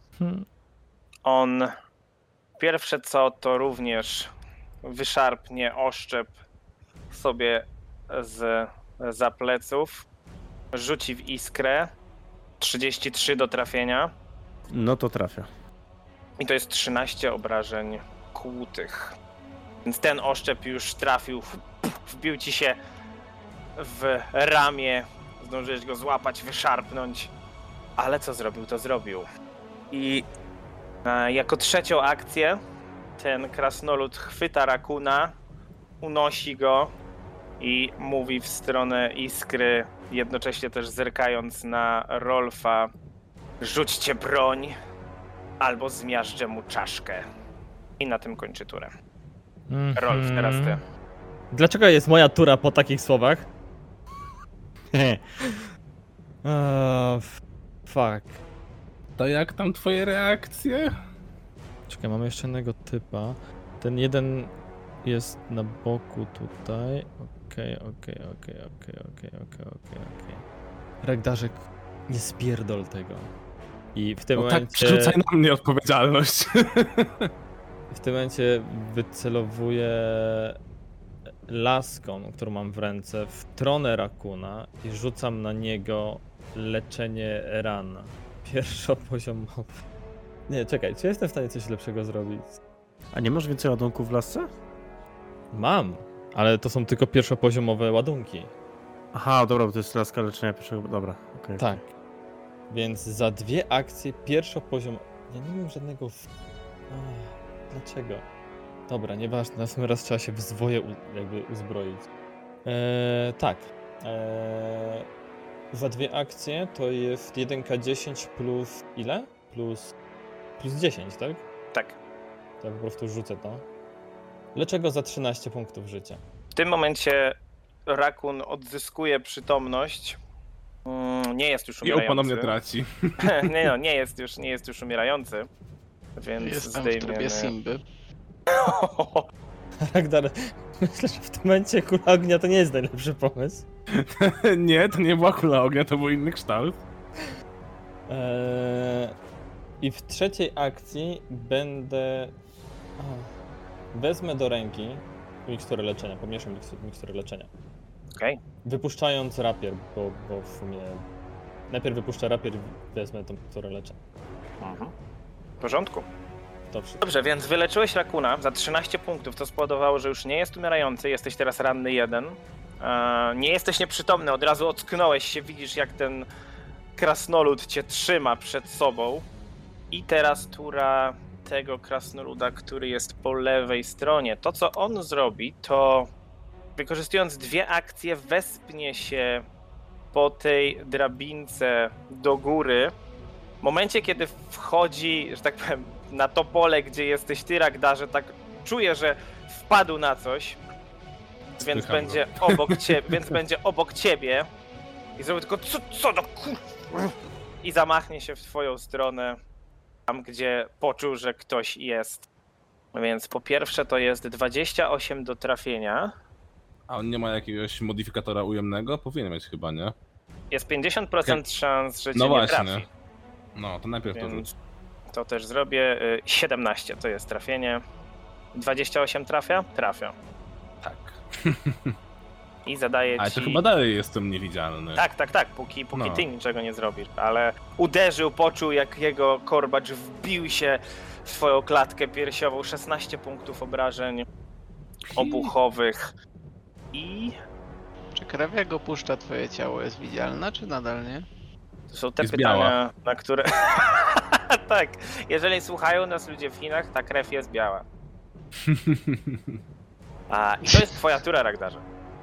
On pierwsze co, to również wyszarpnie oszczep sobie za pleców, rzuci w iskrę, 33 do trafienia No to trafia. i to jest 13 obrażeń kłutych. Więc ten oszczep już trafił, wbił ci się w ramię, zdążyłeś go złapać, wyszarpnąć, ale co zrobił, to zrobił. I jako trzecią akcję ten krasnolud chwyta Rakuna, unosi go i mówi w stronę iskry, jednocześnie też zerkając na Rolfa: rzućcie broń, albo zmiażdżę mu czaszkę. I na tym kończy turę. Rolf, teraz ty. Dlaczego jest moja tura po takich słowach? Fuck. To jak tam twoje reakcje? Czekaj, mamy jeszcze jednego typa. Ten jeden jest na boku tutaj. Okej. Ragdarzek, nie spierdol tego. I w tym No tak, momencie... przerzucaj na mnie odpowiedzialność. W tym momencie wycelowuję laską, którą mam w ręce, w stronę Rakuna i rzucam na niego leczenie ran. Pierwszopoziomowe. Nie, czekaj, czy jestem w stanie coś lepszego zrobić? A nie masz więcej ładunków w lasce? Mam, ale to są tylko pierwszopoziomowe ładunki. Aha, dobra, bo to jest laska leczenia pierwszego... Dobra, okej. Tak. Więc za 2 akcje pierwszopoziom... Ja nie mam żadnego... Dlaczego? Dobra, nieważne, następny raz trzeba się w zwoje jakby uzbroić. Tak. Za 2 akcje to jest 1K10 plus ile? Plus 10, tak? Tak. To ja po prostu rzucę to. Leczę go za 13 punktów życia. W tym momencie Rakun odzyskuje przytomność. Nie jest już I ją ponownie umierający. traci. nie jest już umierający. Więc Jestem w trybie zdejmiemy... Simby. Ragnar, myślę, że w tym momencie kula ognia to nie jest najlepszy pomysł. Nie, to nie była kula ognia, to był inny kształt. I w trzeciej akcji będę... Wezmę do ręki miksturę leczenia, pomieszam miksturę leczenia. Okej. Wypuszczając rapier, bo w sumie... Najpierw wypuszczę rapier i wezmę tą miksturę leczenia. W porządku. To wszystko. Dobrze, więc wyleczyłeś Rakuna za 13 punktów, to spowodowało, że już nie jest umierający, jesteś teraz ranny 1. Nie jesteś nieprzytomny, od razu ocknąłeś się, widzisz jak ten krasnolud cię trzyma przed sobą. I teraz tura tego krasnoluda, który jest po lewej stronie. To, co on zrobi, to wykorzystując 2 akcje, wespnie się po tej drabince do góry, momencie, kiedy wchodzi, że tak powiem, na to pole, gdzie jesteś ty, Ragdarze, tak czuję, że wpadł na coś, więc Spycham będzie obok ciebie i zrobi tylko co do kur... i zamachnie się w twoją stronę, tam gdzie poczuł, że ktoś jest. Więc po pierwsze to jest 28 do trafienia. A on nie ma jakiegoś modyfikatora ujemnego? Powinien mieć chyba, nie? Jest 50% szans, że cię No nie właśnie. trafi. No, to najpierw to Więc rzuć. to też zrobię. 17 to jest trafienie. 28 trafia? Trafia. Tak. I zadaje Ale ci... to chyba dalej jestem niewidzialny. Tak, póki No. ty niczego nie zrobisz, ale uderzył, poczuł jak jego korbacz wbił się w swoją klatkę piersiową, 16 punktów obrażeń obuchowych i Czy krew jak opuszcza twoje ciało jest widzialna, czy nadal nie? to są te Jest pytania, biała. na które... Tak, jeżeli słuchają nas ludzie w Chinach, ta krew jest biała. I to jest twoja tura, Ragdarze.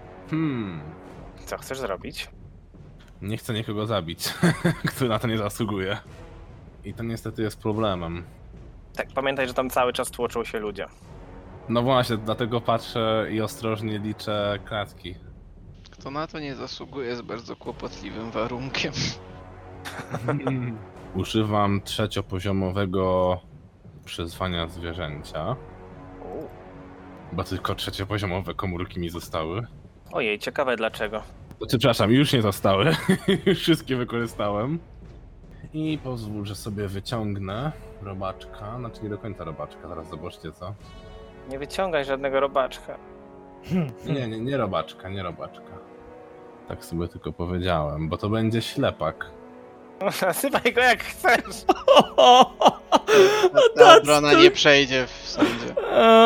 Co chcesz zrobić? Nie chcę nikogo zabić, kto na to nie zasługuje. I to niestety jest problemem. Tak, pamiętaj, że tam cały czas tłoczą się ludzie. No właśnie, dlatego patrzę i ostrożnie liczę klatki. Kto na to nie zasługuje jest bardzo kłopotliwym warunkiem. Używam trzeciopoziomowego przyzwania zwierzęcia, U. bo tylko trzeciopoziomowe komórki mi zostały. Ojej, ciekawe dlaczego. Przepraszam, już nie zostały. Już wszystkie wykorzystałem. I pozwól, że sobie wyciągnę robaczka. Znaczy nie do końca robaczka, zaraz zobaczcie co. Nie wyciągaj żadnego robaczka. Nie robaczka, nie robaczka. Tak sobie tylko powiedziałem, bo to będzie ślepak. Nazywaj go jak chcesz. Ta obrona nie przejdzie w sądzie.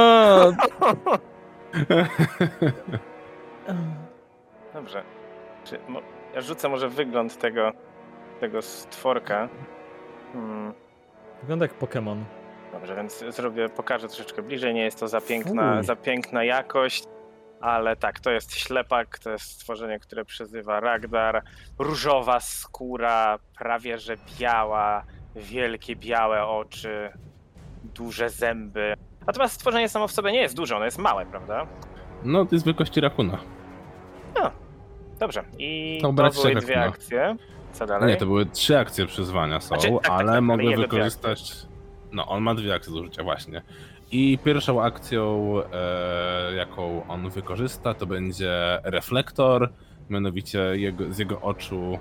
Dobrze. Ja rzucę może wygląd tego stworka. Wygląda jak Pokémon. Dobrze, więc pokażę troszeczkę bliżej. Nie jest to za Fuj. piękna jakość, ale tak, to jest ślepak, to jest stworzenie, które przezywa Ragdar. Różowa skóra, prawie że biała, wielkie białe oczy, duże zęby. Natomiast stworzenie samo w sobie nie jest duże, ono jest małe, prawda? No, to jest wielkości rakuna. Dobrze, i To to brać były się dwie na- akcje. Co dalej? Nie, to były 3 akcje przyzwania są, Znaczy, tak, ale ale mogę jego dwie wykorzystać... No, on ma 2 akcje do użycia, właśnie. I pierwszą akcją, jaką on wykorzysta, to będzie reflektor. Mianowicie z jego oczu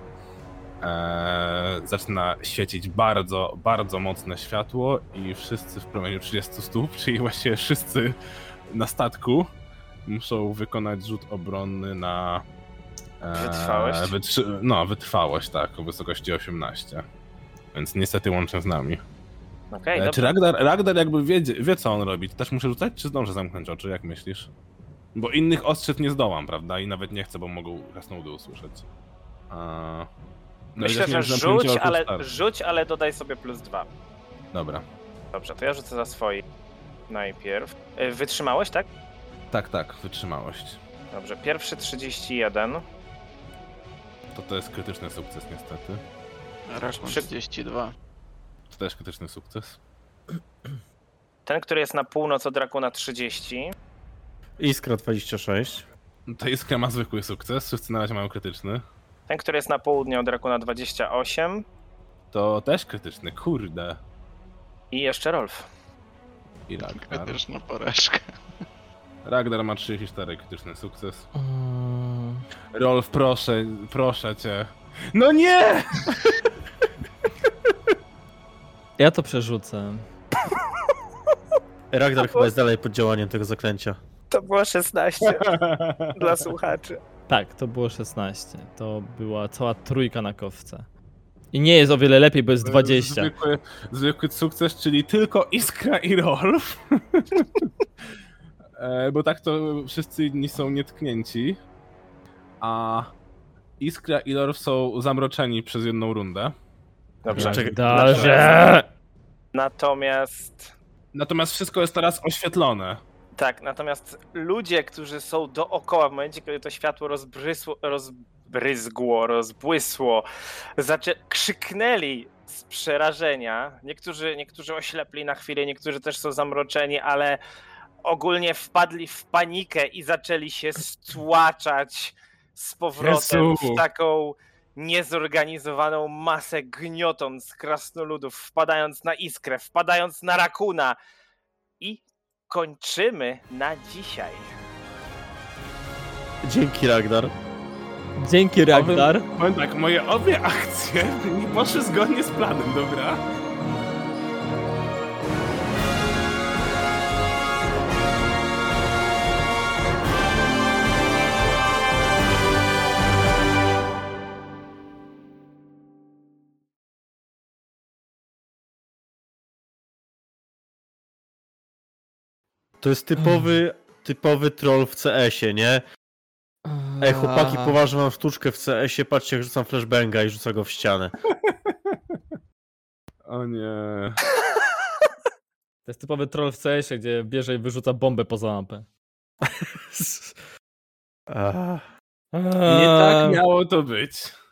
zaczyna świecić bardzo, bardzo mocne światło i wszyscy w promieniu 30 stóp, czyli właściwie wszyscy na statku, muszą wykonać rzut obronny na Wytrwałość? Wytrwałość, tak, o wysokości 18. Więc niestety łącznie z nami. Okej, Czy dobrze. Ragdar jakby wie co on robi, to też muszę rzucać, czy zdążę zamknąć oczy, jak myślisz? Bo innych ostrzec nie zdołam, prawda? I nawet nie chcę, bo mogą krasnoludy usłyszeć. No i Myślę, też nie że mam zamknięcia oczu starczy. rzuć, ale dodaj sobie +2. Dobra. Dobrze, to ja rzucę za swoi najpierw. Wytrzymałeś, tak? Tak, wytrzymałość. Dobrze, pierwszy 31. To jest krytyczny sukces niestety. Rakun 32. To też krytyczny sukces. Ten, który jest na północ od Rakuna 30. Iskra 26. To Iskra ma zwykły sukces, wszyscy na razie mają krytyczny. Ten, który jest na południe od Rakuna 28. To też krytyczny, kurde. I jeszcze Rolf. I Ragdar. Krytyczna porażka. Ragdar ma 34 krytyczny sukces. Rolf, proszę cię. No nie! Ja to przerzucę. Ragnar chyba jest dalej pod działaniem tego zaklęcia. To było 16 dla słuchaczy. Tak, to było 16. To była cała trójka na kowce. I nie jest o wiele lepiej, bo jest 20. Zwykły sukces, czyli tylko Iskra i Rolf. Bo tak to wszyscy inni są nietknięci. A Iskra i Rolf są zamroczeni przez jedną rundę. Dobrze. Darze! Natomiast wszystko jest teraz oświetlone. tak, natomiast ludzie, którzy są dookoła w momencie, kiedy to światło rozbłysło, krzyknęli z przerażenia. Niektórzy oślepli na chwilę, niektórzy też są zamroczeni, ale ogólnie wpadli w panikę i zaczęli się stłaczać z powrotem Jezu. w taką niezorganizowaną masę, gniotąc krasnoludów, wpadając na Iskrę, wpadając na Rakuna. I kończymy na dzisiaj. Dzięki, Ragnar. Dzięki, Ragnar. Powiem tak, moje obie akcje nie poszły zgodnie z planem, dobra? To jest typowy troll w CS-ie, nie? Ej, chłopaki, poważnie mam sztuczkę w CS-ie, patrzcie, jak rzucam flashbanga i rzucam go w ścianę. O nie. To jest typowy troll w CS-ie, gdzie bierze i wyrzuca bombę poza mapę. Ah. Nie tak miało to być.